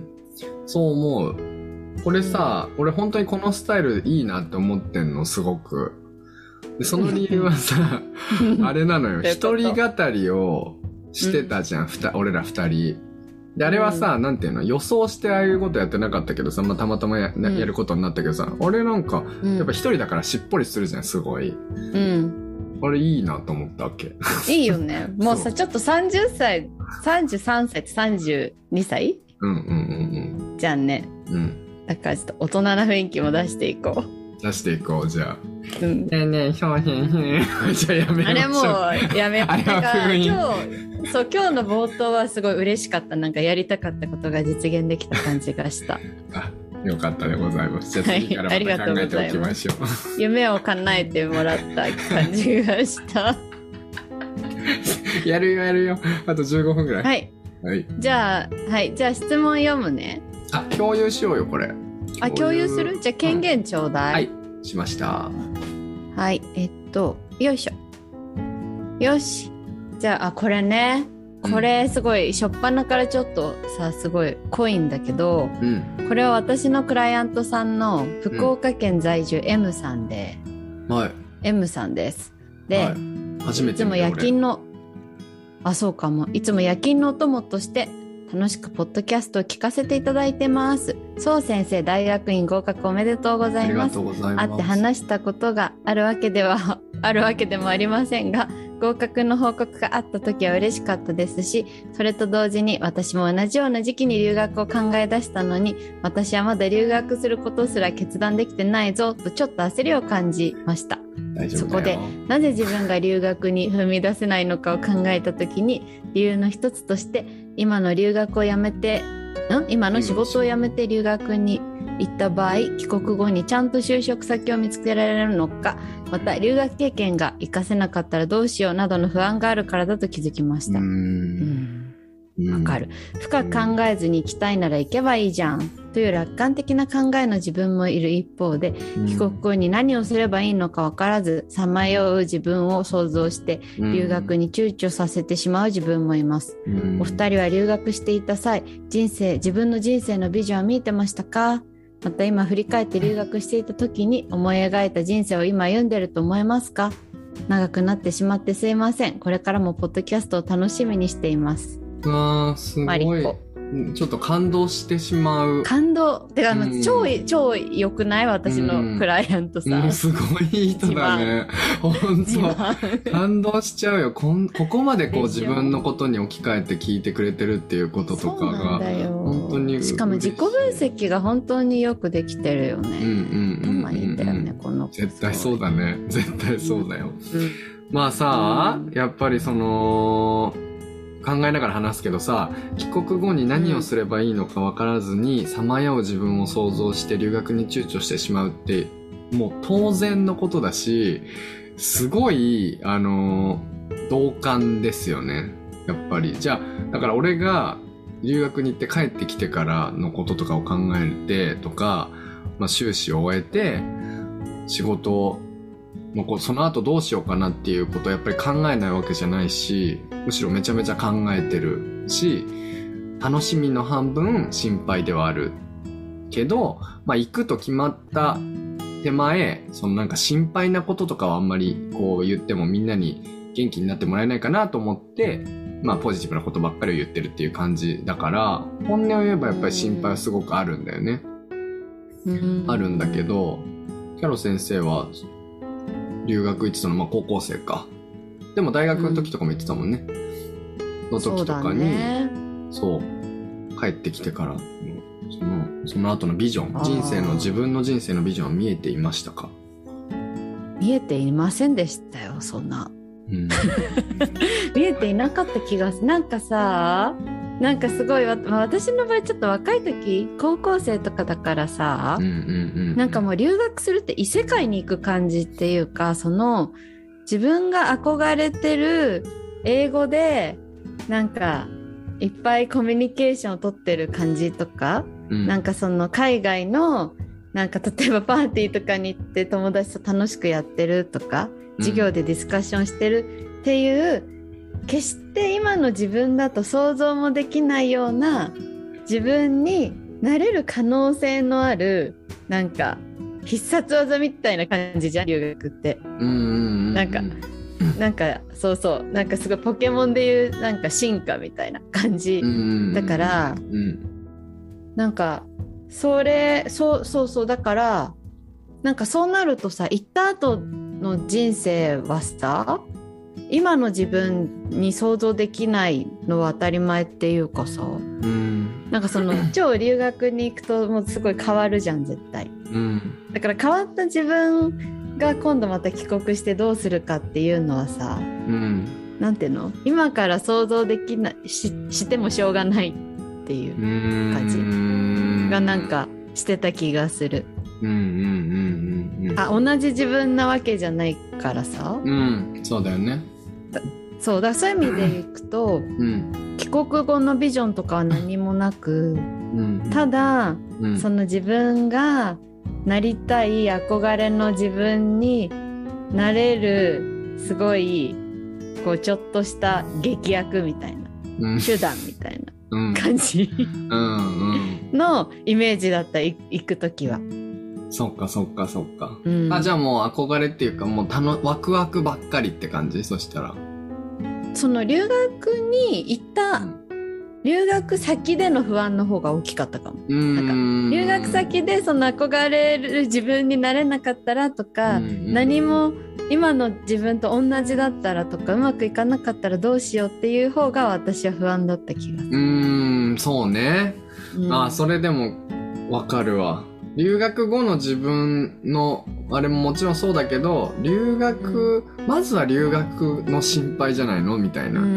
そう思う。これさ、俺本当にこのスタイルいいなって思ってんの、すごく。でその理由はさあれなのよ、一人語りをしてたじゃん、うん、ふた俺ら二人で。あれはさ、うん、なんていうの、予想してああいうことやってなかったけどさ、まあ、たまたま や,、うん、やることになったけどさ、俺なんかやっぱ一人だからしっぽりするじゃん、すごい。うん、あれいいなと思ったわけ。 いいよね。もうさ、ちょっとさんじゅっさい、さんじゅうさんさいってさんじゅうにさい、 うんうんうんうん、 じゃんね。うん、だからちょっと大人な雰囲気も出していこう。 出していこう、じゃあ。 うん、 ねえねえ、ひょうひんひん。じゃあやめましょう。 あれもうやめ。 あれは封印。 今日、そう、今日の冒頭はすごい嬉しかった。なんかやりたかったことが実現できた感じがした。 あ、よかったでございます。じゃあ次からまた考えておきましょう。はい、 う夢を叶えてもらった感じがした。 やるよやるよ。あとじゅうごふんぐらい。 はい。 はい。 じゃあ、はい。じゃあ質問読むね。 あ、共有しようよ、これ。 あ、共有する？じゃあ権限ちょうだい。うん、 はい、しました。 はい、えっと、よいしょ。よし。じゃあ、あ、これね。これすごい、しょっぱなからちょっとさ、すごい濃いんだけど、うん、これは私のクライアントさんの福岡県在住 M さんで、 うん、はい。 M さんです。で、はい、 初めて見た。 いつも夜勤の、あ、そうかも。いつも夜勤のお供として、楽しくポッドキャストを聞かせていただいてます。そう先生、大学院合格おめでとうございます。 ありがとうございます。 会って話したことがあるわけではあるわけでもありませんが、合格の報告があった時は嬉しかったですし、それと同時に私も同じような時期に留学を考え出したのに、私はまだ留学することすら決断できてないぞとちょっと焦りを感じました。そこでなぜ自分が留学に踏み出せないのかを考えた時に、理由の一つとして今の留学をやめてん今の仕事を辞めて留学に行った場合、帰国後にちゃんと就職先を見つけられるのか、また留学経験が活かせなかったらどうしようなどの不安があるからだと気づきました。うーん、わかる。深く考えずに行きたいなら行けばいいじゃんという楽観的な考えの自分もいる一方で、帰国後に何をすればいいのか分からずさまよう自分を想像して留学に躊躇させてしまう自分もいます。お二人は留学していた際、人生自分の人生のビジョンは見えてましたか？また今振り返って留学していた時に思い描いた人生を今歩んでると思いますか？長くなってしまってすいません。これからもポッドキャストを楽しみにしています。 あー、すごい。マリコ。ちょっと感動してしまう。 感動てか、うん、超超良くない？私のクライアントさ、 うんうん、すごいいい人だね。本当感動しちゃうよ。こんここまでこう自分のことに置き換えて聞いてくれてるっていうこととかが本当に、 しかも自己分析が本当によくできてるよね。うんうんうんうん、頭いいんだよね、この子。 絶対そうだね。絶対そうだよ。うんうん、まあさ、うん、やっぱりその考えながら話すけどさ、帰国後に何をすればいいのか分からずにさまよう自分を想像して留学に躊躇してしまうってもう当然のことだし、すごいあの同感ですよね、やっぱり。じゃあだから俺が留学に行って帰ってきてからのこととかを考えてとか、まあ、修士を終えて仕事をもうその後どうしようかなっていうことをやっぱり考えないわけじゃないし、むしろめちゃめちゃ考えてるし、楽しみの半分心配ではあるけど、まあ行くと決まった手前、そのなんか心配なこととかはあんまりこう言ってもみんなに元気になってもらえないかなと思って、まあポジティブなことばっかりを言ってるっていう感じだから、本音を言えばやっぱり心配はすごくあるんだよね。あるんだけど、キャロ先生は留学行ってたの、まあ高校生か。でも大学の時とかも行ってたもんね。うん、の時とかに、そう、ね、そう、帰ってきてから、その、その後のビジョン、人生の、自分の人生のビジョンは見えていましたか？ 見えていませんでしたよ、そんな。うん、見えていなかった気がする。なんかさ、 なんかすごいわ、まあ、私の場合ちょっと若い時高校生とかだからさ、 うんうんうん、 なんかもう留学するって異世界に行く感じっていうか、その自分が憧れてる英語でなんかいっぱいコミュニケーションを取ってる感じとか、うん、なんかその海外のなんか例えばパーティーとかに行って友達と楽しくやってるとか、授業でディスカッションしてるっていう、うん、決して今の自分だと想像もできないような自分になれる可能性のあるなんか必殺技みたいな感じじゃん、留学って。うんうんうん、なんかなんかそうそうなんかすごいポケモンでいうなんか進化みたいな感じだから、うんうん、なんかそれそうそうそうだからなんかそうなるとさ、行った後の人生はさ、今の自分に想像できないのは当たり前っていうかさ、うん、なんかその超留学に行くともうすごい変わるじゃん絶対、うん、だから変わった自分が今度また帰国してどうするかっていうのはさ、うん、なんていうの、今から想像できない し, してもしょうがないっていう感じがなんかしてた気がする。うんうんうんうん、あ、同じ自分なわけじゃないからさ、 うん、そうだよね。 そうだ、そういう意味でいくと、うん、帰国後のビジョンとかは何もなく、うん、ただ、うん、その自分がなりたい憧れの自分になれるすごいこうちょっとした劇薬みたいな、うん、手段みたいな感じ、うん、のイメージだった、行くときは。 そっかそっかそっか、うん、あ、じゃあもう憧れっていうかもうたのワクワクばっかりって感じ。そしたらその留学に行った、うん、留学先での不安の方が大きかったかも。なんか留学先でその憧れる自分になれなかったらとか、何も今の自分と同じだったらとか、うまくいかなかったらどうしようっていう方が私は不安だった気がする。 うーん、そうね、うん、あ、それでもわかるわ。留学後の自分のあれももちろんそうだけど、留学、うん、まずは留学の心配じゃないのみたいな、うん、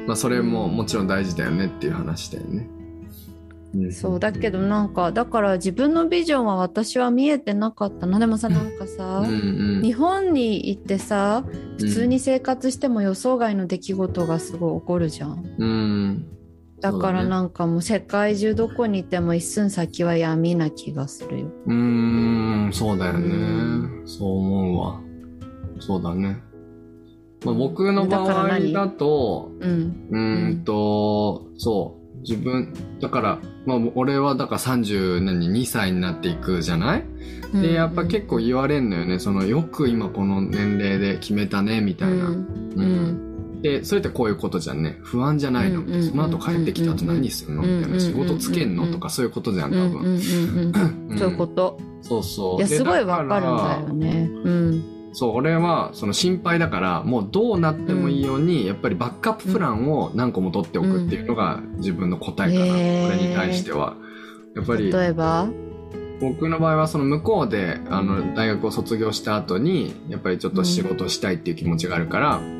まあそれももちろん大事だよねっていう話だよね、 うん、そうだけどなんかだから自分のビジョンは私は見えてなかったな。でもさ、なんかさ、うんうん、日本に行ってさ普通に生活しても予想外の出来事がすごい起こるじゃん、うん、だからなんかもう世界中どこにいても一寸先は闇な気がするよ。 うーん、そうだよね、うん、そう思うわ。そうだね、まあ、僕の場合だとだうん、うーんと、うん、そう自分だから、まあ、俺はだからさんじゅうにさいになっていくじゃない、うん、でやっぱ結構言われんのよね、そのよく今この年齢で決めたねみたいな、うんうん、でそれってこういうことじゃんね。不安じゃないの、うんうん、その後帰ってきた後何するの、うんうん、みたいな、仕事つけんの、うんうん、とかそういうことじゃん多分、うんうんうんうん、そういうこと。 そうそう、 いやすごいわかるんだよね、うん、 そう俺はその心配だからもうどうなってもいいように、うん、やっぱりバックアッププランを何個も取っておくっていうのが自分の答えかな、うん、これに対してはやっぱり。 例えば僕の場合はその向こうであの大学を卒業した後にやっぱりちょっと仕事したいっていう気持ちがあるから、うん、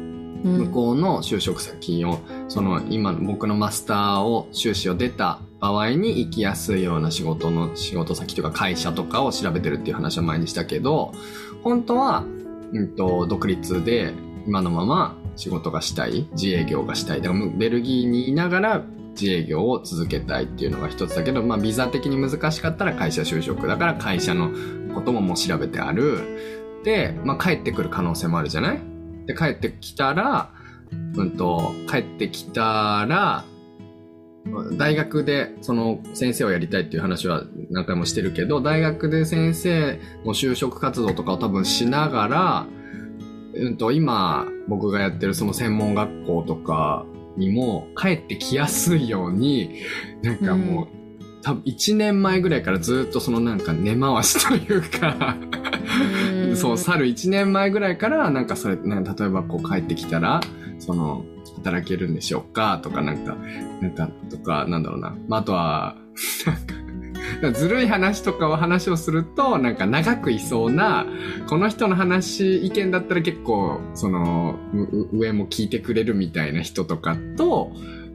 向こうの就職先をその今僕のマスターを修士を出た場合に行きやすいような仕事の仕事先とか会社とかを調べてるっていう話は前にしたけど、本当は、うんと、独立で今のまま仕事がしたい、自営業がしたい、だからベルギーにいながら自営業を続けたいっていうのが一つだけど、まあビザ的に難しかったら会社就職だから会社のことももう調べてある。で、まあ帰ってくる可能性もあるじゃない？で帰ってきたら、うんと帰ってきたら大学でその先生をやりたいっていう話は何回もしてるけど、大学で先生の就職活動とかを多分しながら、うんと今僕がやってるその専門学校とかにも帰ってきやすいように、なんかもう、うん、多分いちねんまえぐらいからずっとそのなんか根回しというかそう去るいちねんまえぐらいからなんかそれなんか例えばこう帰ってきたらその働けるんでしょうかとかなんかなんかとかなんだろうな、まあ、あとはなんかずるい話とかを話をするとなんか長くいそうなこの人の話意見だったら結構その上も聞いてくれるみたいな人とかと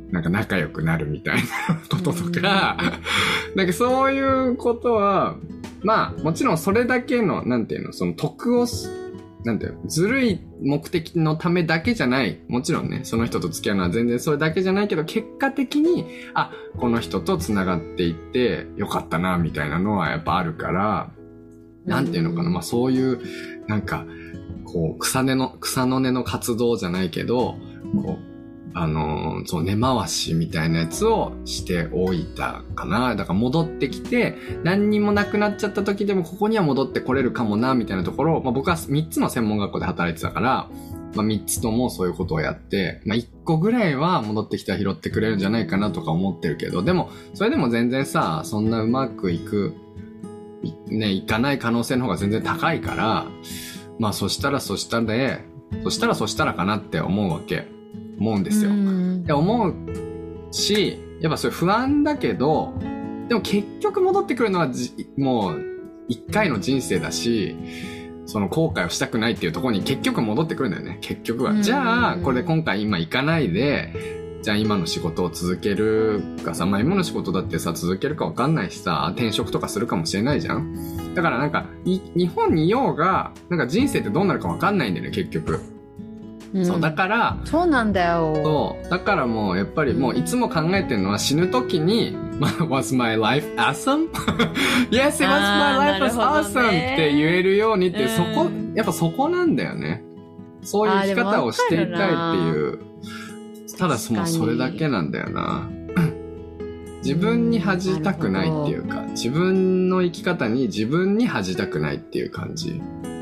なんか仲良くなるみたいなこととか、なんかそういうことは、まあもちろんそれだけの、なんていうの、その得をす、なんていうの、ずるい目的のためだけじゃない。もちろんね、その人と付き合うのは全然それだけじゃないけど、結果的に、あ、この人と繋がっていってよかったな、みたいなのはやっぱあるから、なんていうのかな、まあそういう、なんか、こう、草根の、草の根の活動じゃないけど、こう、あのー、そう、根回しみたいなやつをしておいたかな。だから戻ってきて、何にもなくなっちゃった時でもここには戻ってこれるかもな、みたいなところを、まあ僕はみっつの専門学校で働いてたから、まあみっつともそういうことをやって、まあいっこぐらいは戻ってきたら拾ってくれるんじゃないかなとか思ってるけど、でも、それでも全然さ、そんなうまくいく、いね、いかない可能性の方が全然高いから、まあそしたらそしたらで、そしたらそしたらかなって思うわけ。思うんですよ。で思うし、やっぱそれ不安だけど、でも結局戻ってくるのはじもう一回の人生だし、その後悔をしたくないっていうところに結局戻ってくるんだよね。結局は。じゃあ、これで今回今行かないで、じゃあ今の仕事を続けるかさ、まあ今の仕事だってさ、続けるかわかんないしさ、転職とかするかもしれないじゃん。だからなんか、日本にいようが、なんか人生ってどうなるかわかんないんだよね、結局。うん、そう、だから、 そうなんだよ。 そう。だからもう、やっぱりもういつも考えてるのは死ぬ時に、Was my life awesome? Yes, it was my life was awesome! って言えるようにっていう、そこ、やっぱそこなんだよね。そういう生き方をしていたいっていう。ただもうそれだけなんだよな。自分に恥じたくないっていうか、自分の生き方に自分に恥じたくないっていう感じ。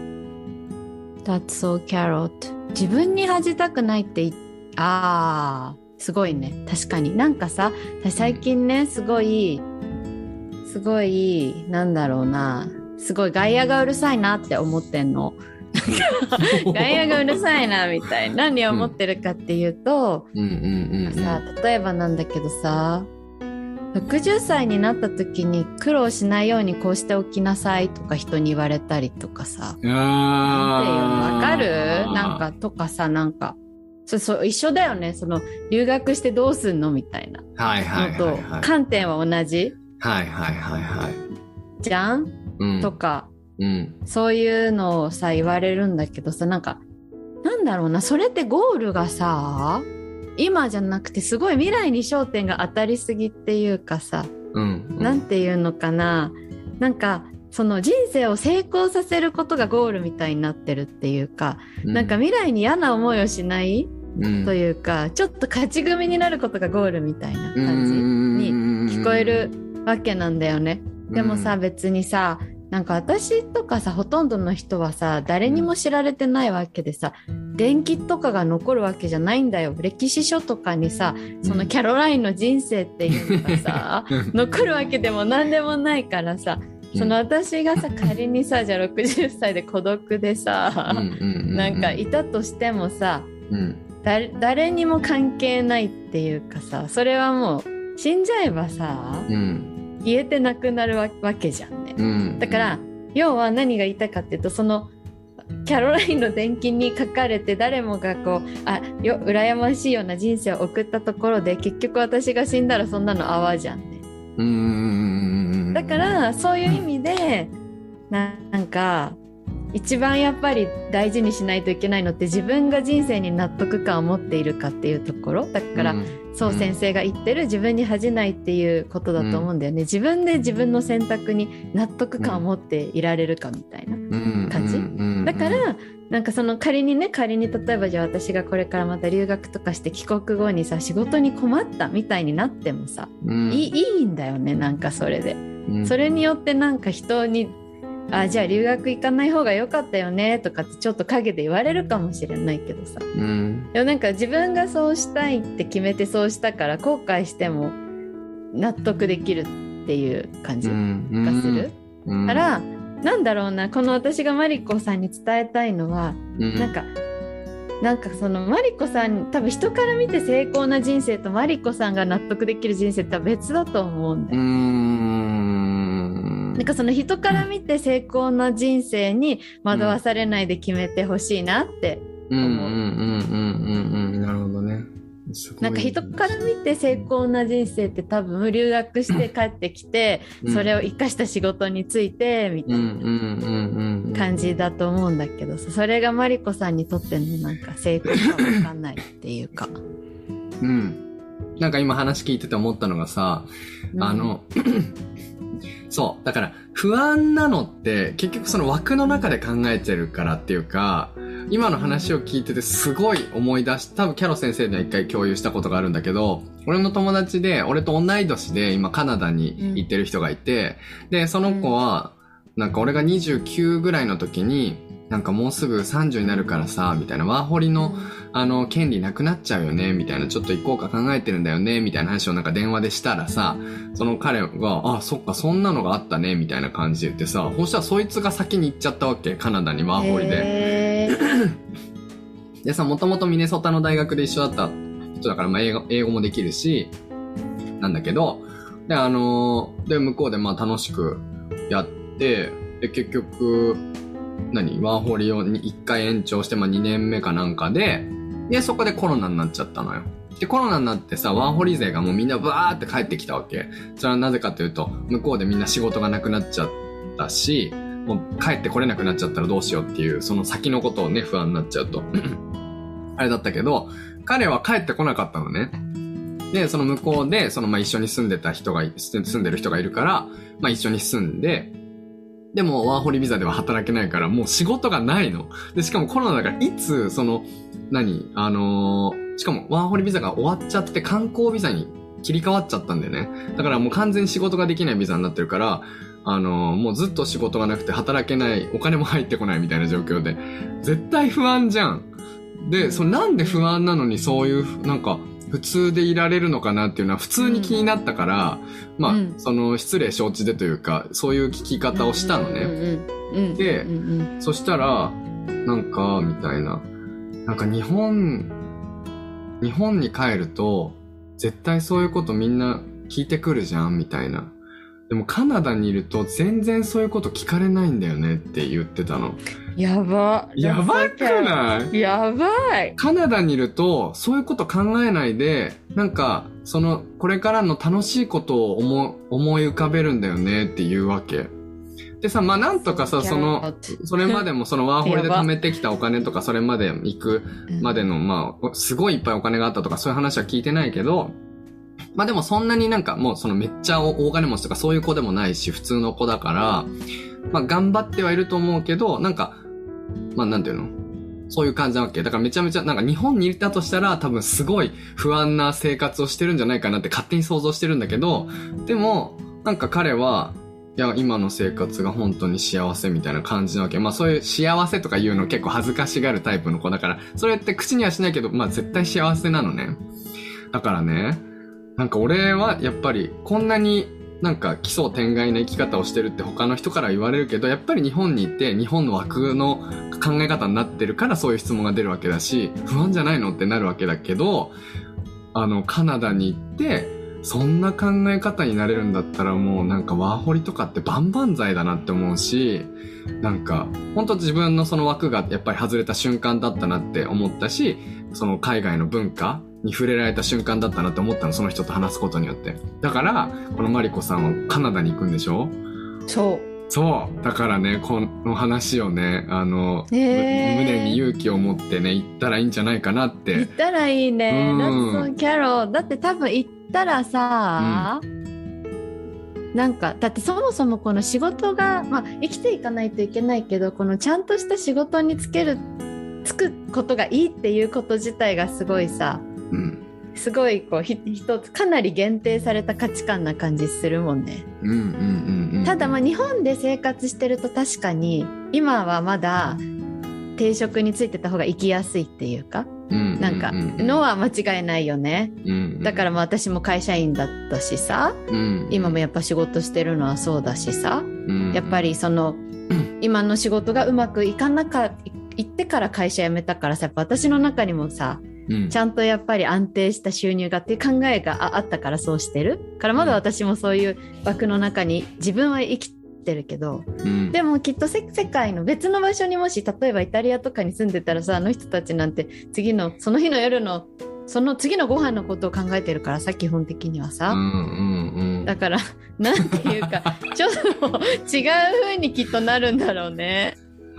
That's so carrot. 自分に恥じたくないってああすごいね。確かになんかさ、最近ねすごいすごいなんだろうな、すごい外野がうるさいなって思ってんの。外野がうるさいなみたいな。何を思ってるかっていうと、うんうんうんうん、さ例えばなんだけどさ、ろくじゅっさいになった時に苦労しないようにこうしておきなさいとか人に言われたりとかさ、なんていうのわかる？なんかとかさ、なんかそうそう一緒だよね。その留学してどうすんのみたいなのと観点は同じ。はいはいはいはい。じゃん、うん、とか、うん、そういうのをさ言われるんだけどさ、なんかなんだろうな、それってゴールがさ今じゃなくてすごい未来に焦点が当たりすぎっていうかさ、うんうん、なんていうのかな、なんかその人生を成功させることがゴールみたいになってるっていうか、うん、なんか未来に嫌な思いをしない、うん、というかちょっと勝ち組になることがゴールみたいな感じに聞こえるわけなんだよね。でもさ、別にさ、なんか私とかさほとんどの人はさ誰にも知られてないわけでさ、伝記とかが残るわけじゃないんだよ。歴史書とかにさそのキャロラインの人生っていうのがさ、うん、残るわけでも何でもないからさ、その私がさ仮にさじゃあろくじゅっさいで孤独でさ、うんうんうんうん、なんかいたとしてもさ、うん、誰, 誰にも関係ないっていうかさ、それはもう死んじゃえばさ、うん、消えてなくなる わ, わけじゃんね、うん、だから要は何が言いたいかっていうと、そのキャロラインの伝記に書かれて誰もがこうあよ羨ましいような人生を送ったところで結局私が死んだらそんなの泡じゃんね。うーん、だからそういう意味でな, なんか一番やっぱり大事にしないといけないのって自分が人生に納得感を持っているかっていうところだから、うん、そう先生が言ってる自分に恥じないっていうことだと思うんだよね、うん、自分で自分の選択に納得感を持っていられるかみたいな感じ、うん、だからなんかその仮にね仮に例えばじゃあ私がこれからまた留学とかして帰国後にさ仕事に困ったみたいになってもさ、うん、い, いいんだよね。なんかそれで、うん、それによってなんか人にあじゃあ留学行かない方が良かったよねとかってちょっと陰で言われるかもしれないけどさ、うん、でもなんか自分がそうしたいって決めてそうしたから後悔しても納得できるっていう感じがする、うんうん、からなんだろうな、この私がマリコさんに伝えたいのは、うん、なんかなんかそのマリコさん多分人から見て成功な人生とマリコさんが納得できる人生って別だと思うんだよ。うーん、なんかその人から見て成功な人生に惑わされないで決めてほしいなって思う。うんうんうんうんうん、なるほどね。 すごいなんか人から見て成功な人生って多分留学して帰ってきて、 うん、 それを生かした仕事についてみたいな感じだと思うんだけど、それがマリコさんにとってのなんか成功か分かんないっていうかうん、なんか今話聞いてて思ったのがさ、うん、あのそうだから不安なのって結局その枠の中で考えてるからっていうか、今の話を聞いててすごい思い出し、多分キャロ先生には一回共有したことがあるんだけど、俺の友達で俺と同い年で今カナダに行ってる人がいて、うん、でその子はなんか俺がにじゅうきゅうぐらいの時になんかもうすぐさんじゅうになるからさみたいな、ワーホリのあの権利なくなっちゃうよねみたいな、ちょっと行こうか考えてるんだよねみたいな話をなんか電話でしたらさ、その彼があそっかそんなのがあったねみたいな感じで言ってさ、そしたらそいつが先に行っちゃったわけ、カナダにワーホリででさ、もともとミネソタの大学で一緒だった人だから、まあ英語、英語もできるしなんだけど、であのー、で向こうでまあ楽しくやって、で結局何ワーホリをいっかい延長して、まあにねんめかなんかで、でそこでコロナになっちゃったのよ。でコロナになってさ、ワーホリ勢がもうみんなバーって帰ってきたわけ。それはなぜかというと、向こうでみんな仕事がなくなっちゃったし、もう帰ってこれなくなっちゃったらどうしようっていう、その先のことをね不安になっちゃうとあれだったけど、彼は帰ってこなかったのね。でその向こうでそのまあ一緒に住んでた人が住んでる人がいるから、まあ一緒に住んで、でもワーホリビザでは働けないからもう仕事がないの。でしかもコロナだからいつその何あのー、しかもワーホリビザが終わっちゃって観光ビザに切り替わっちゃったんだよね。だからもう完全に仕事ができないビザになってるから、あのー、もうずっと仕事がなくて働けない、お金も入ってこないみたいな状況で、絶対不安じゃん。で、そのなんで不安なのにそういうなんか普通でいられるのかなっていうのは普通に気になったから、うん、まあ、うん、その失礼承知でというかそういう聞き方をしたのね。で、そしたらなんかみたいな、なんか日本日本に帰ると絶対そういうことみんな聞いてくるじゃんみたいな。でもカナダにいると全然そういうこと聞かれないんだよねって言ってたの。 やば。 やばくない？ やばい。 カナダにいるとそういうこと考えないで、なんかそのこれからの楽しいことを思思い浮かべるんだよねっていうわけ。でさ、まあなんとかさ、そのそれまでもそのワーホリで貯めてきたお金とか、それまで行くまでのまあすごいいっぱいお金があったとかそういう話は聞いてないけど、まあでもそんなになんかもうそのめっちゃ大金持ちとかそういう子でもないし普通の子だから、まあ頑張ってはいると思うけど、なんかまあなんていうの、そういう感じなわけだから、めちゃめちゃなんか日本にいたとしたら多分すごい不安な生活をしてるんじゃないかなって勝手に想像してるんだけど、でもなんか彼はいや今の生活が本当に幸せみたいな感じなわけ。まあそういう幸せとか言うの結構恥ずかしがるタイプの子だから、それって口にはしないけど、まあ絶対幸せなのね。だからね、なんか俺はやっぱりこんなになんか奇想天外な生き方をしてるって他の人から言われるけど、やっぱり日本に行って日本の枠の考え方になってるからそういう質問が出るわけだし、不安じゃないのってなるわけだけど、あのカナダに行ってそんな考え方になれるんだったら、もうなんかワーホリとかって万々歳だなって思うし、なんか本当自分のその枠がやっぱり外れた瞬間だったなって思ったし、その海外の文化に触れられた瞬間だったなって思ったの、その人と話すことによって。だからこのマリコさんはカナダに行くんでしょ？ そうそうだからね、この話をね、あの、えー、胸に勇気を持ってね行ったらいいんじゃないかなって。 行ったらいいね。うん、That's so Carol。だって多分行ったらさ、うん、なんかだってそもそもこの仕事が、まあ、生きていかないといけないけど、このちゃんとした仕事に就けるつくことがいいっていうこと自体がすごいさ、うん、すごいこうひ一つかなり限定された価値観な感じするもんね。うんうんうんうん、ただまあ日本で生活してると確かに今はまだ定職についてた方が生きやすいっていうか、うんうんうんうん、なんかのは間違いないよね、うんうん、だからまあ私も会社員だったしさ、うんうん、今もやっぱ仕事してるのはそうだしさ、うんうん、やっぱりその今の仕事がうまくいかなかいってから会社辞めたからさ、やっぱ私の中にもさ、うん、ちゃんとやっぱり安定した収入がっていう考えが あ, あったからそうしてるからまだ私もそういう枠の中に自分は生きてるけど、うん、でもきっと世界の別の場所にもし例えばイタリアとかに住んでたらさ、あの人たちなんて次のその日の夜のその次のご飯のことを考えてるからさ、基本的にはさ、 うんうんうん、 だからなんていうかちょっと違う風にきっとなるんだろうね。 うん、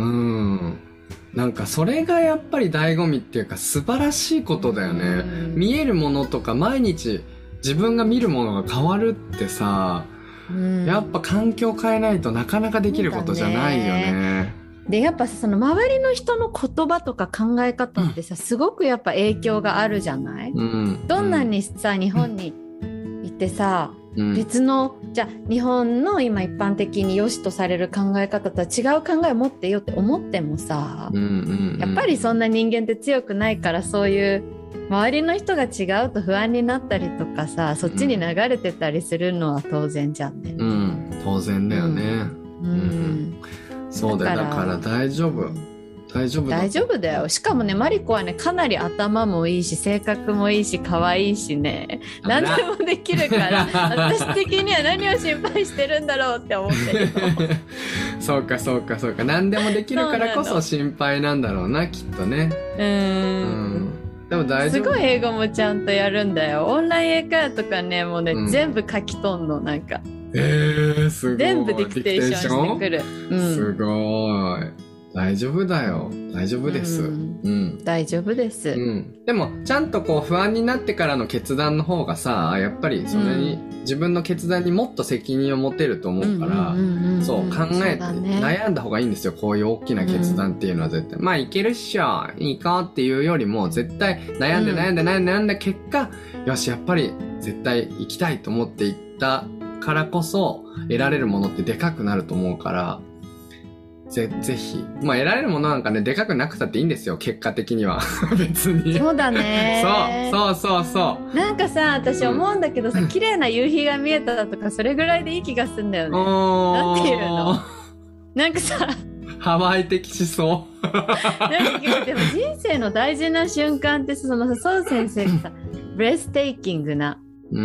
なんかそれがやっぱり醍醐味っていうか素晴らしいことだよね、うん、見えるものとか毎日自分が見るものが変わるってさ、うん、やっぱ環境変えないとなかなかできることじゃないよね。 でやっぱその周りの人の言葉とか考え方ってさ、うん、すごくやっぱ影響があるじゃない、うん、どんなにさ、うん、日本に行ってさ、うん、別のじゃあ日本の今一般的に良しとされる考え方とは違う考えを持ってよって思ってもさ、うんうんうん、やっぱりそんな人間って強くないから、そういう周りの人が違うと不安になったりとかさ、そっちに流れてたりするのは当然じゃんね。 うん、当然だよね。うん、うんそうだよ、だから大丈夫大丈夫だ大丈夫だよ。しかもね、マリコはねかなり頭もいいし性格もいいし可愛いしね、何でもできるから私的には何を心配してるんだろうって思ってるのそうかそうかそうか、何でもできるからこそ心配なんだろうな、きっとね。うーん、でも大丈夫。すごい英語もちゃんとやるんだよ。オンライン英会話とかね、もうね、うん、全部書き取んの、なんかえー、すごい。 全部ディクテーションしてくる、 うん、すごい。大丈夫だよ。大丈夫です。うん。うん、 大丈夫です。 うん。でも、ちゃんとこう不安になってからの決断の方がさ、やっぱりそれに、うん、自分の決断にもっと責任を持てると思うから、そう、考えて、ね、悩んだ方がいいんですよ。こういう大きな決断っていうのは絶対。うん、まあ、いけるっしょ。いいかっていうよりも、絶対悩んで悩んで悩んで悩んだ結果、うん、よし、やっぱり絶対行きたいと思って行ったからこそ、得られるものってでかくなると思うから、ぜ、ぜひ。まあ、得られるものなんかね、でかくなくたっていいんですよ、結果的には。別に。 そうだね。 そう、そうそうそう。 なんかさ、私思うんだけどさ、うん、綺麗な夕日が見えたとか、それぐらいでいい気がするんだよね。なんていうの？なんかさ、 ハワイ的思想。 なんかでも人生の大事な瞬間って、そのさ、そう先生がさ、ブレステイキングな、うん、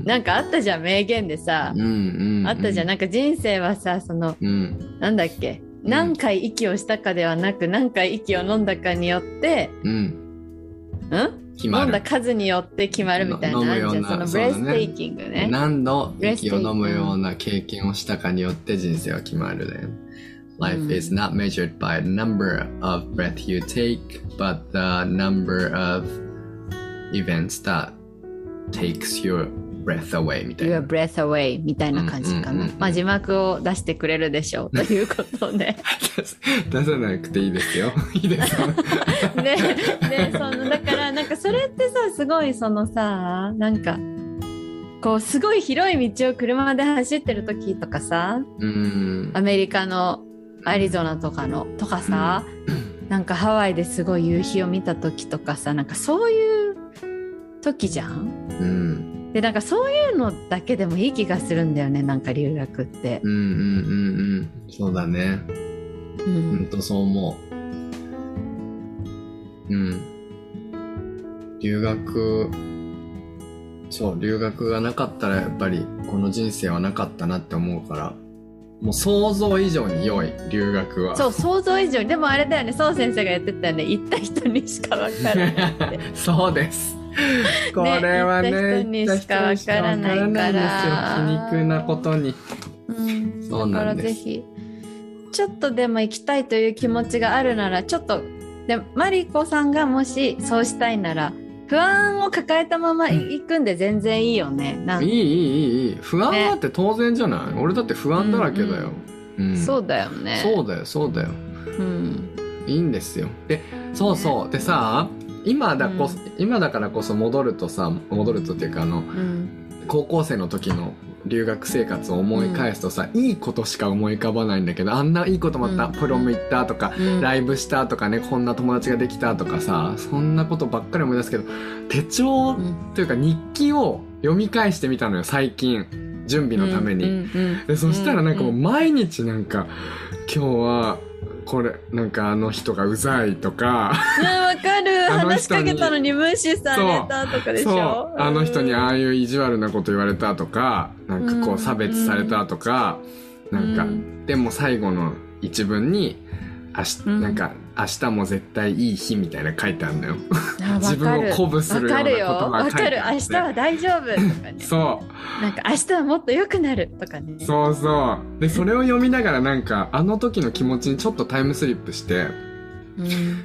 なんかあったじゃん、名言でさ、うんうんうん、あったじゃん、なんか人生はさ、その、うん、なんだっけ、何回息をしたかではなく、何回息を飲んだかによって、うん、ん決まる。飲んだ数によって決まるみたいな。飲むような、そのブレステイキングね。 何度息を飲むような経験をしたかによって人生は決まるね。Life is not measured by the number of breath you take, but the number of events that takes your breath away みたいな。 Your breath away みたいな感じかな。うんうんうん、まあ字幕を出してくれるでしょうということで。 出さなくていいですよ。いいですよ。 で、で、その、だからなんかそれってさ、すごいそのさ、なんか、こうすごい広い道を車で走ってる時とかさ、うん、アメリカのアリゾナとかの、とかさ、うん、なんかハワイですごい夕日を見た時とかさ、なんかそういう時じゃん、うん、でなんかそういうのだけでもいい気がするんだよね、なんか留学って。 うんうんうんうん、そうだね。うん、ほんとそう思う。うん。留学、そう、留学がなかったらやっぱりこの人生はなかったなって思うから、もう想像以上に良い、留学は。 そう、想像以上に。でもあれだよね、そう先生が言ってたよね、行った人にしかわからないって。 そうです。これはね、 ね、行った人にしかわからないから。 皮肉なことに。 うん、そうなんです。だからぜひ、ちょっとでも行きたいという気持ちがあるなら、ちょっと、でマリコさんがもしそうしたいなら、不安を抱えたまま行くんで全然いいよね。なんいいいいいいいい。不安だって当然じゃない、ね、俺だって不安だらけだよ、 うんうんうん、そうだよね。 そうだよそうだよ、うん、いいんですよ。でそうそう、ね、でさ今だこそ、うん、今だからこそ戻るとさ戻るとっていうかあの、うん、高校生の時の留学生活を思い返すとさ、うん、いいことしか思い浮かばないんだけど、あんないいこともあった、うん、プロム行ったとか、うん、ライブしたとかね、こんな友達ができたとかさ、そんなことばっかり思い出すけど、手帳というか日記を読み返してみたのよ最近、準備のために、うんうんうん、でそしたらなんかもう毎日なんか、今日はこれなんかあの人がうざいとか、 わかる話しかけたのに無視されたとかでしょ。 そう、あの人にああいう意地悪なこと言われたとか、なんかこう差別されたとか、うん、なんか、うん、でも最後の一文にあし、なんか明日も絶対いい日みたいな書いてあるんだよ。 あ、 自分を鼓舞するような言葉が書いてあって。 わかるよ。わかる。明日は大丈夫とかね。 そう。 なんか明日はもっと良くなるとかね。 そうそう。で、それを読みながらなんか、あの時の気持ちにちょっとタイムスリップして、うん、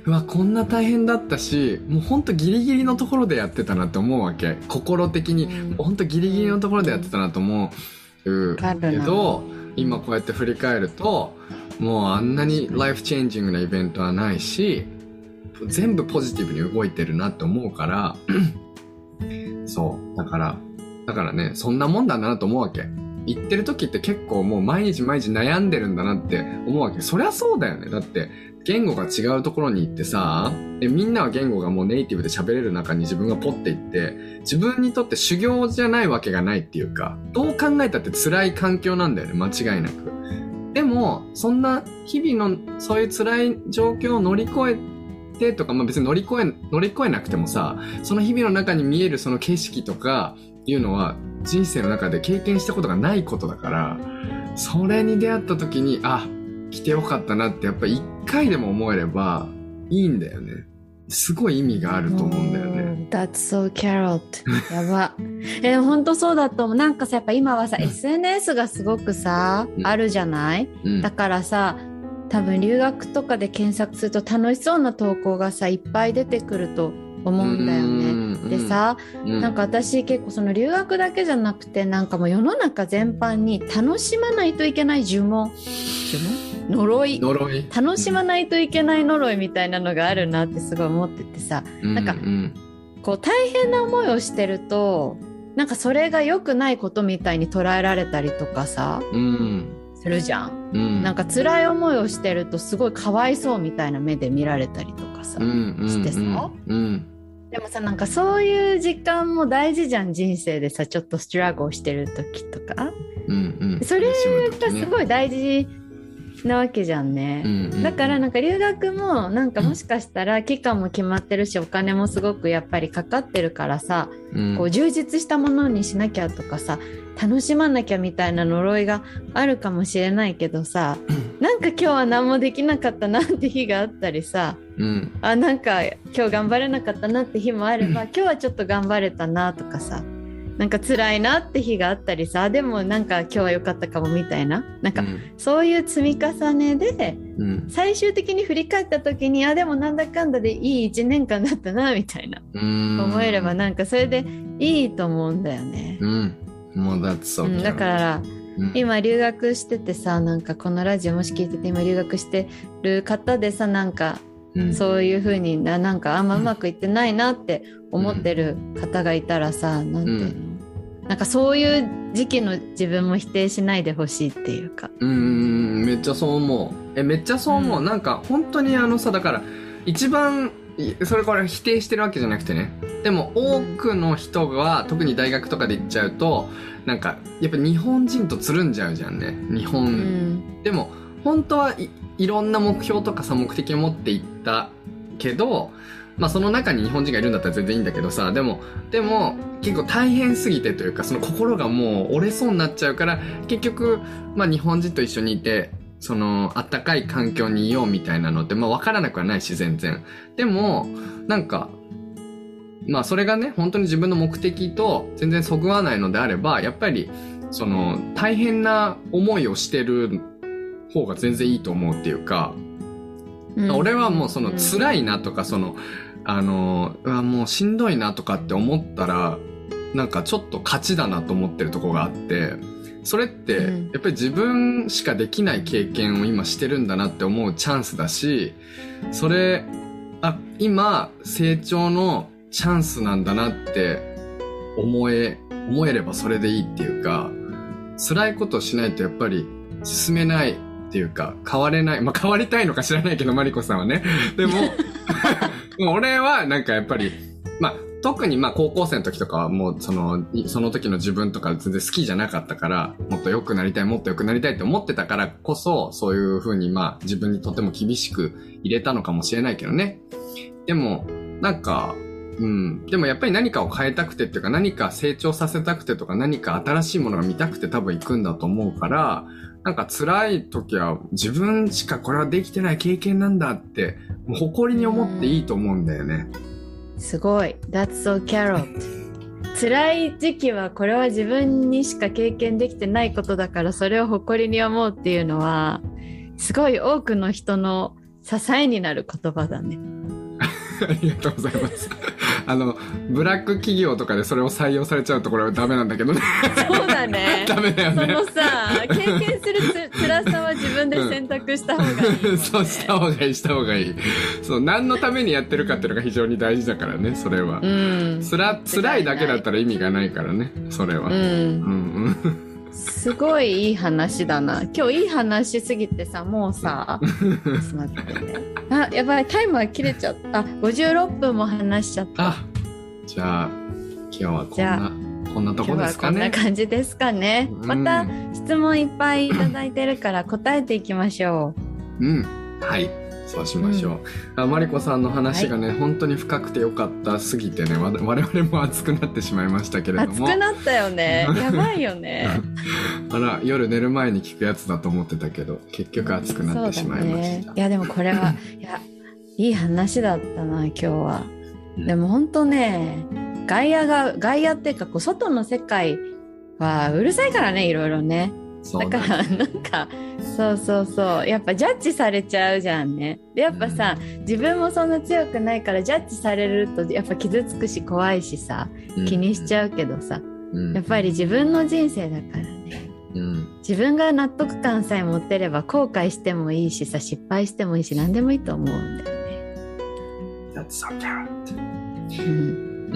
うわ、こんな大変だったし、もうほんとギリギリのところでやってたなって思うわけ。心的に、うん、ほんとギリギリのところでやってたなと思うけど、今こうやって振り返ると、もうあんなにライフチェンジングなイベントはないし、全部ポジティブに動いてるなって思うから、そう。だから、だからね、そんなもんだなと思うわけ。言ってる時って結構もう毎日毎日悩んでるんだなって思うわけ。そりゃそうだよね。だって、言語が違うところに行ってさ、でみんなは言語がもうネイティブで喋れる中に自分がポッて行って、自分にとって修行じゃないわけがないっていうか、どう考えたって辛い環境なんだよね、間違いなく。でも、そんな日々のそういう辛い状況を乗り越えてとか、まあ別に乗り越え、乗り越えなくてもさ、その日々の中に見えるその景色とかいうのは人生の中で経験したことがないことだから、それに出会った時に、あ、来てよかったなってやっぱり一回でも思えればいいんだよね。すごい意味があると思うんだよね。 That's so carrot. やば。え、本当そうだと思う。なんかさ、やっぱ今はさ、エスエヌエス がすごくさ、うん、あるじゃない、うん、だからさ、多分留学とかで検索すると楽しそうな投稿がさ、いっぱい出てくると思うんだよね。でさ、うん、なんか私結構その留学だけじゃなくて、なんかもう世の中全般に楽しまないといけない呪文。呪文呪い呪い楽しまないといけない呪いみたいなのがあるなってすごい思っててさ、うんうん、なんかこう大変な思いをしてるとなんかそれが良くないことみたいに捉えられたりとかさ、うん、するじゃん、うん、なんか辛い思いをしてるとすごいかわいそうみたいな目で見られたりとかさ、うんうんうん、してさ、うん、でもさなんかそういう時間も大事じゃん、人生でさちょっとストラゴしてる時とか、うんうん、それがすごい大事なわけじゃんね、うんうんうん、だからなんか留学もなんかもしかしたら期間も決まってるしお金もすごくやっぱりかかってるからさ、うん、こう充実したものにしなきゃとかさ楽しまなきゃみたいな呪いがあるかもしれないけどさ、なんか今日は何もできなかったなって日があったりさ、うん、あなんか今日頑張れなかったなって日もあれば今日はちょっと頑張れたなとかさ、なんか辛いなって日があったりさ、でもなんか今日は良かったかもみたいな、なんかそういう積み重ねで、うん、最終的に振り返った時にあでもなんだかんだでいいいちねんかんだったなみたいな思えればなんかそれでいいと思うんだよね、うん、 もう that's so、うん、 だから、うん、今留学しててさ、なんかこのラジオもし聞いてて今留学してる方でさ、なんかうん、そういう風にな、なんかあんまうまくいってないなって思ってる方がいたらさ、うん、なんていうの、うん、なんかそういう時期の自分も否定しないでほしいっていうか、 うーん、めっちゃそう思う。えめっちゃそう思う、うん、なんか本当にあのさ、だから一番それから否定してるわけじゃなくてね、でも多くの人が、うん、特に大学とかで行っちゃうとなんかやっぱ日本人とつるんじゃうじゃんね、日本、うん、でも本当はいいろんな目標とかさ目的を持っていったけど、まあその中に日本人がいるんだったら全然いいんだけどさ、でもでも結構大変すぎてというかその心がもう折れそうになっちゃうから結局まあ日本人と一緒にいてそのあったかい環境にいようみたいなのってまあ分からなくはないし全然、でもなんかまあそれがね本当に自分の目的と全然そぐわないのであればやっぱりその大変な思いをしてる方が全然いいと思うっていうか、うん、俺はもうその辛いなとかそのあのうわもうしんどいなとかって思ったらなんかちょっと勝ちだなと思ってるとこがあって、それってやっぱり自分しかできない経験を今してるんだなって思うチャンスだし、それあ今成長のチャンスなんだなって思え思えればそれでいいっていうか、辛いことをしないとやっぱり進めないっていうか変われない、まあ変わりたいのか知らないけどマリコさんはね、でももう俺はなんかやっぱりまあ特にまあ高校生の時とかはもうそのその時の自分とか全然好きじゃなかったから、もっと良くなりたいもっと良くなりたいって思ってたからこそそういう風にまあ自分にとても厳しく入れたのかもしれないけどね。でもなんかうん、でもやっぱり何かを変えたくてっていうか何か成長させたくてとか何か新しいものが見たくて多分行くんだと思うから、 なんか辛い時は自分しかこれはできてない経験なんだって、もう誇りに思っていいと思うんだよね。 すごい。That's so carrot. 辛い時期はこれは自分にしか経験できてないことだから、それを誇りに思うっていうのはすごい多くの人の支えになる言葉だね。 ありがとうございます。あのブラック企業とかでそれを採用されちゃうとこれはダメなんだけどね。 そうだね。 ダメだよね。 そのさ、経験するつ辛さは自分で選択した方がいい、ね、 うん、そうした方がいいした方がいい。そう何のためにやってるかっていうのが非常に大事だからね、それは。うん。つら辛いだけだったら意味がないからね、それは。うん。うんうんすごいいい話だな。今日いい話すぎてさ、もうさ、ちょっと待ってね。あ、やばい、タイマー切れちゃった。ごじゅうろっぷんも話しちゃった。 あ、じゃあ今日はこんなこんなとこですかね。 今日はこんな感じですかね。また質問いっぱいいただいてるから答えていきましょう。うん、はい。そうしましょう。うん、あマリコさんの話がね、はい、本当に深くてよかったすぎてね、我々も熱くなってしまいましたけれども。 熱くなったよね。やばいよね。 あら、夜寝る前に聞くやつだと思ってたけど、結局熱くなってしまいました。 ね、いやでもこれはいやいい話だったな今日は。でも本当ね、外野が外野っていうかこう外の世界はうるさいからね、いろいろね。だからなんかそうそうそうやっぱジャッジされちゃうじゃんね。でやっぱさ、うん、自分もそんな強くないからジャッジされるとやっぱ傷つくし怖いしさ気にしちゃうけどさ、うん、やっぱり自分の人生だからね、うん、自分が納得感さえ持ってれば後悔してもいいしさ失敗してもいいし何でもいいと思うんだよね。 That's so carrot、うん、うん、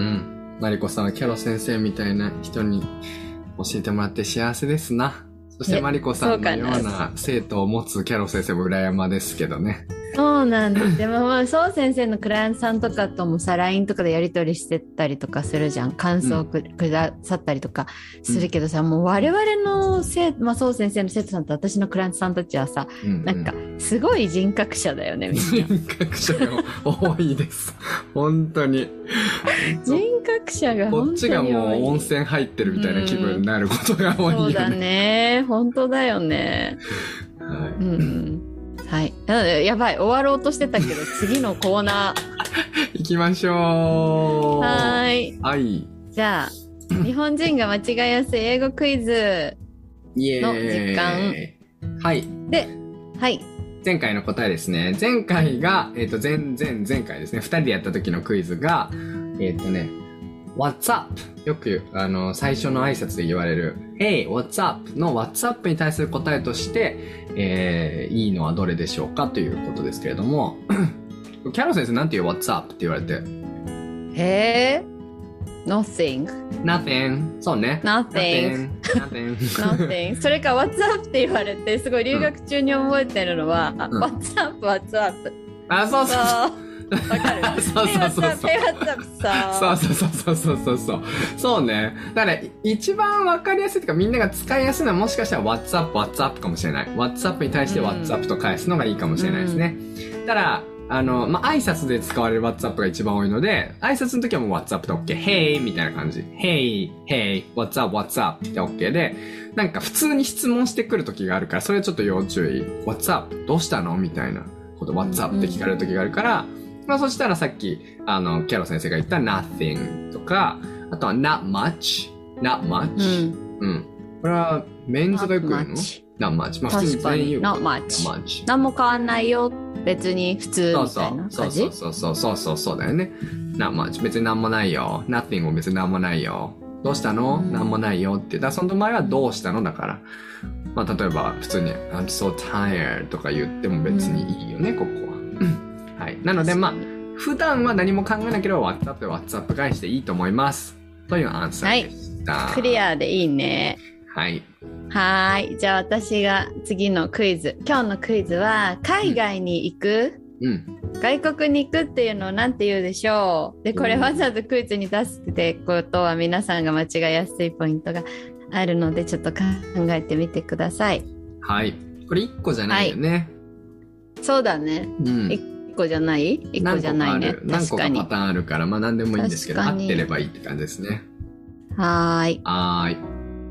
マリコさんはキャロ先生みたいな人に教えてもらって幸せですな。そしてマリコさんのような生徒を持つキャロ先生も羨まですけどね。 そうなんです。でもまあそう先生のクライアントさんとかともさ ライン とかでやり取りしてたりとかするじゃん。感想を く,、うん、くださったりとかするけどさ、うん、もう我々の生、まあ、そう先生の生徒さんと私のクライアントさんたちはさ、うんうん、なんかすごい人格者だよねみんな。 人格者が多いです。本当に。 人格者が本当に多い。 こっちがもう温泉入ってるみたいな気分になることが多いよね。 そうだね。本当だよね。はい。うんはい、なのでやばい終わろうとしてたけど次のコーナー行きましょう。 はい、 はい、 じゃあ日本人が間違いやすい英語クイズの時間。 はいで、はい、 前回の答えですね。前回が、えっと、前前前回ですね、ふたりでやった時のクイズがえっとね What's up? よくあの最初の挨拶で言われる Hey, what's up? の What's up に対する答えとして、えー、いいのはどれでしょうかということですけれどもキャロ先生なんて言う What's up? って言われてへー Nothing Nothing そうね Nothing Nothing Nothing それか What's up? って言われてすごい留学中に覚えてるのは、うん、What's up? What's up? あ、そうそうそうわかるそうそうそうそう。そうそうそうそうそうそう。そうね。だから一番わかりやすいというかみんなが使いやすいのはもしかしたら What's up, What's up かもしれない。What's up に対して What's up と返すのがいいかもしれないですね。うん、ただ、あの、まあ、挨拶で使われる What's up が一番多いので、挨拶の時はもう What's up で OK。Hey みたいな感じ。Hey, Hey, What's up, What's up って OK で、なんか普通に質問してくる時があるから、それはちょっと要注意。What's up? どうしたのみたいなこと What's up って聞かれる時があるから、うんまあそしたらさっき、あの、キャロ先生が言った nothing とか、あとは not much, not much。うん。うん、これはメンズがよく言うの ?not much。まあ普通に全員言う。 not much。何も変わんないよ。別に普通みたいな感じ。 そうそうそうそうそうそうそうだよね。not much。別に何もないよ。nothing も別に何もないよ。どうしたの、うん、何もないよって。だからその前はどうしたのだから。まあ例えば普通に I'm so tired とか言っても別にいいよね、うん、ここは。はい。なので、まあ、普段は何も考えなければ WhatsApp で WhatsApp 返していいと思います。というアンサーでした。 はい。クリアでいいね。 はい。 はい。じゃあ私が次のクイズ。今日のクイズは、海外に行く、うん、外国に行くっていうのをなんて言うでしょう。で、これわざわざクイズに出すってことは皆さんが間違いやすいポイントがあるので、ちょっと考えてみてください。 はい。これいっこじゃないよね。はい、 そうだね。うん。いっこじゃないいっこじゃないね。 何個かパターンあるから、まあ何でもいいんですけど、合ってればいいって感じですね。 はーい。 はーい。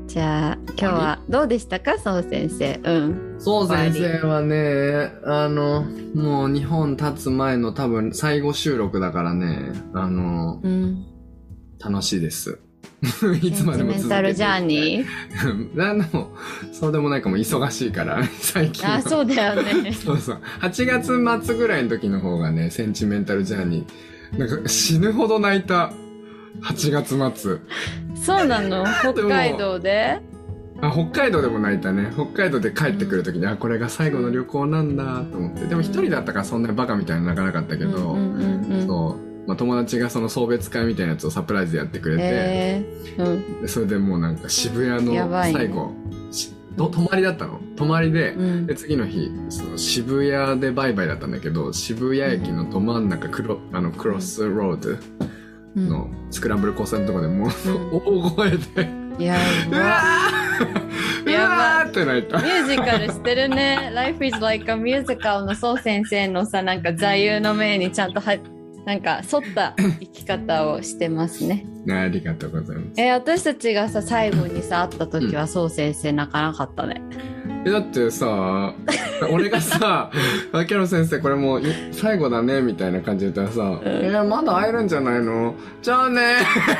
じゃあ今日はどうでしたか、そう先生。うん。 そう先生はね、あの、もう日本立つ前の多分最後収録だからね、あの、 うん、 楽しいです。いつまでも続けて。センチメンタルジャーニーなんでも、そうでもないかも、忙しいから、最近は。 あ、そうだよね。 そうそう。はちがつ末ぐらいの時の方がね、センチメンタルジャーニー。なんか死ぬほど泣いた。はちがつ末。 そうなの？北海道で？ あ、北海道でも泣いたね。北海道で帰ってくる時に、うん、あ、これが最後の旅行なんだと思って。でも一人だったからそんなにバカみたいに泣かなかったけど、うんうんうんうん、そう。まあ、友達がその送別会みたいなやつをサプライズでやってくれて、えーうん、それでもうなんか渋谷の最後、ね、と泊まりだったの泊まり で,、うん、で次の日その渋谷でバイバイだったんだけど、渋谷駅のど真ん中クロ、あのクロスロードのスクランブル交差点のとこでもう、うん、大声でやばうわーやばーって泣いた。 ミュージカルしてるね。Life is like a musical のそう先生のさ、なんか座右の銘にちゃんとはなんか沿った生き方をしてますね。 ありがとうございます。 え、私たちがさ最後にさ会った時はそう先生泣かなかったね。 え、だってさ、俺がさ、キャロ先生これもう最後だねみたいな感じで言ったらさ、うん、え、まだ会えるんじゃないの？じゃあね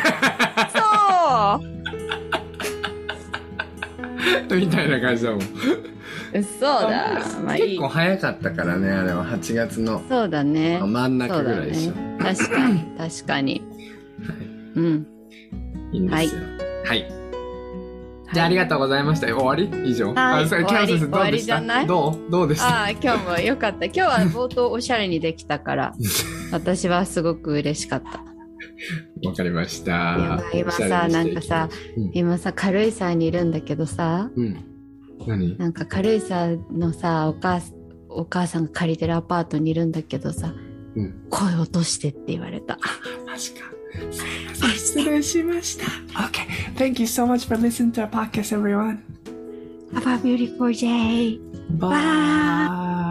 そうみたいな感じだもん。 嘘だ。まあいい。 結構早かったからね、あれははちがつの。 そうだね。 真ん中ぐらいでしょ。 ね、確かに、確かに。 はい。 うん。 いいんですよ。はい。はい、じゃあありがとうございました。終わり？以上。 はい。 あ、それキャロ先生どうでした？どう？どうでした？ あ、今日も良かった。今日は冒頭おしゃれにできたから、私はすごく嬉しかった。 わかりました。 今さ、なんかさ、うん、今さ、軽井沢にいるんだけどさ、 うん、何？ なんか軽井沢のさ、お母、お母さんが借りてるアパートにいるんだけどさ、うん、声落としてって言われた。 マジか。失礼しました。Okay, thank you so much for listening to our podcast, everyone. Have a beautiful day. Bye. Bye.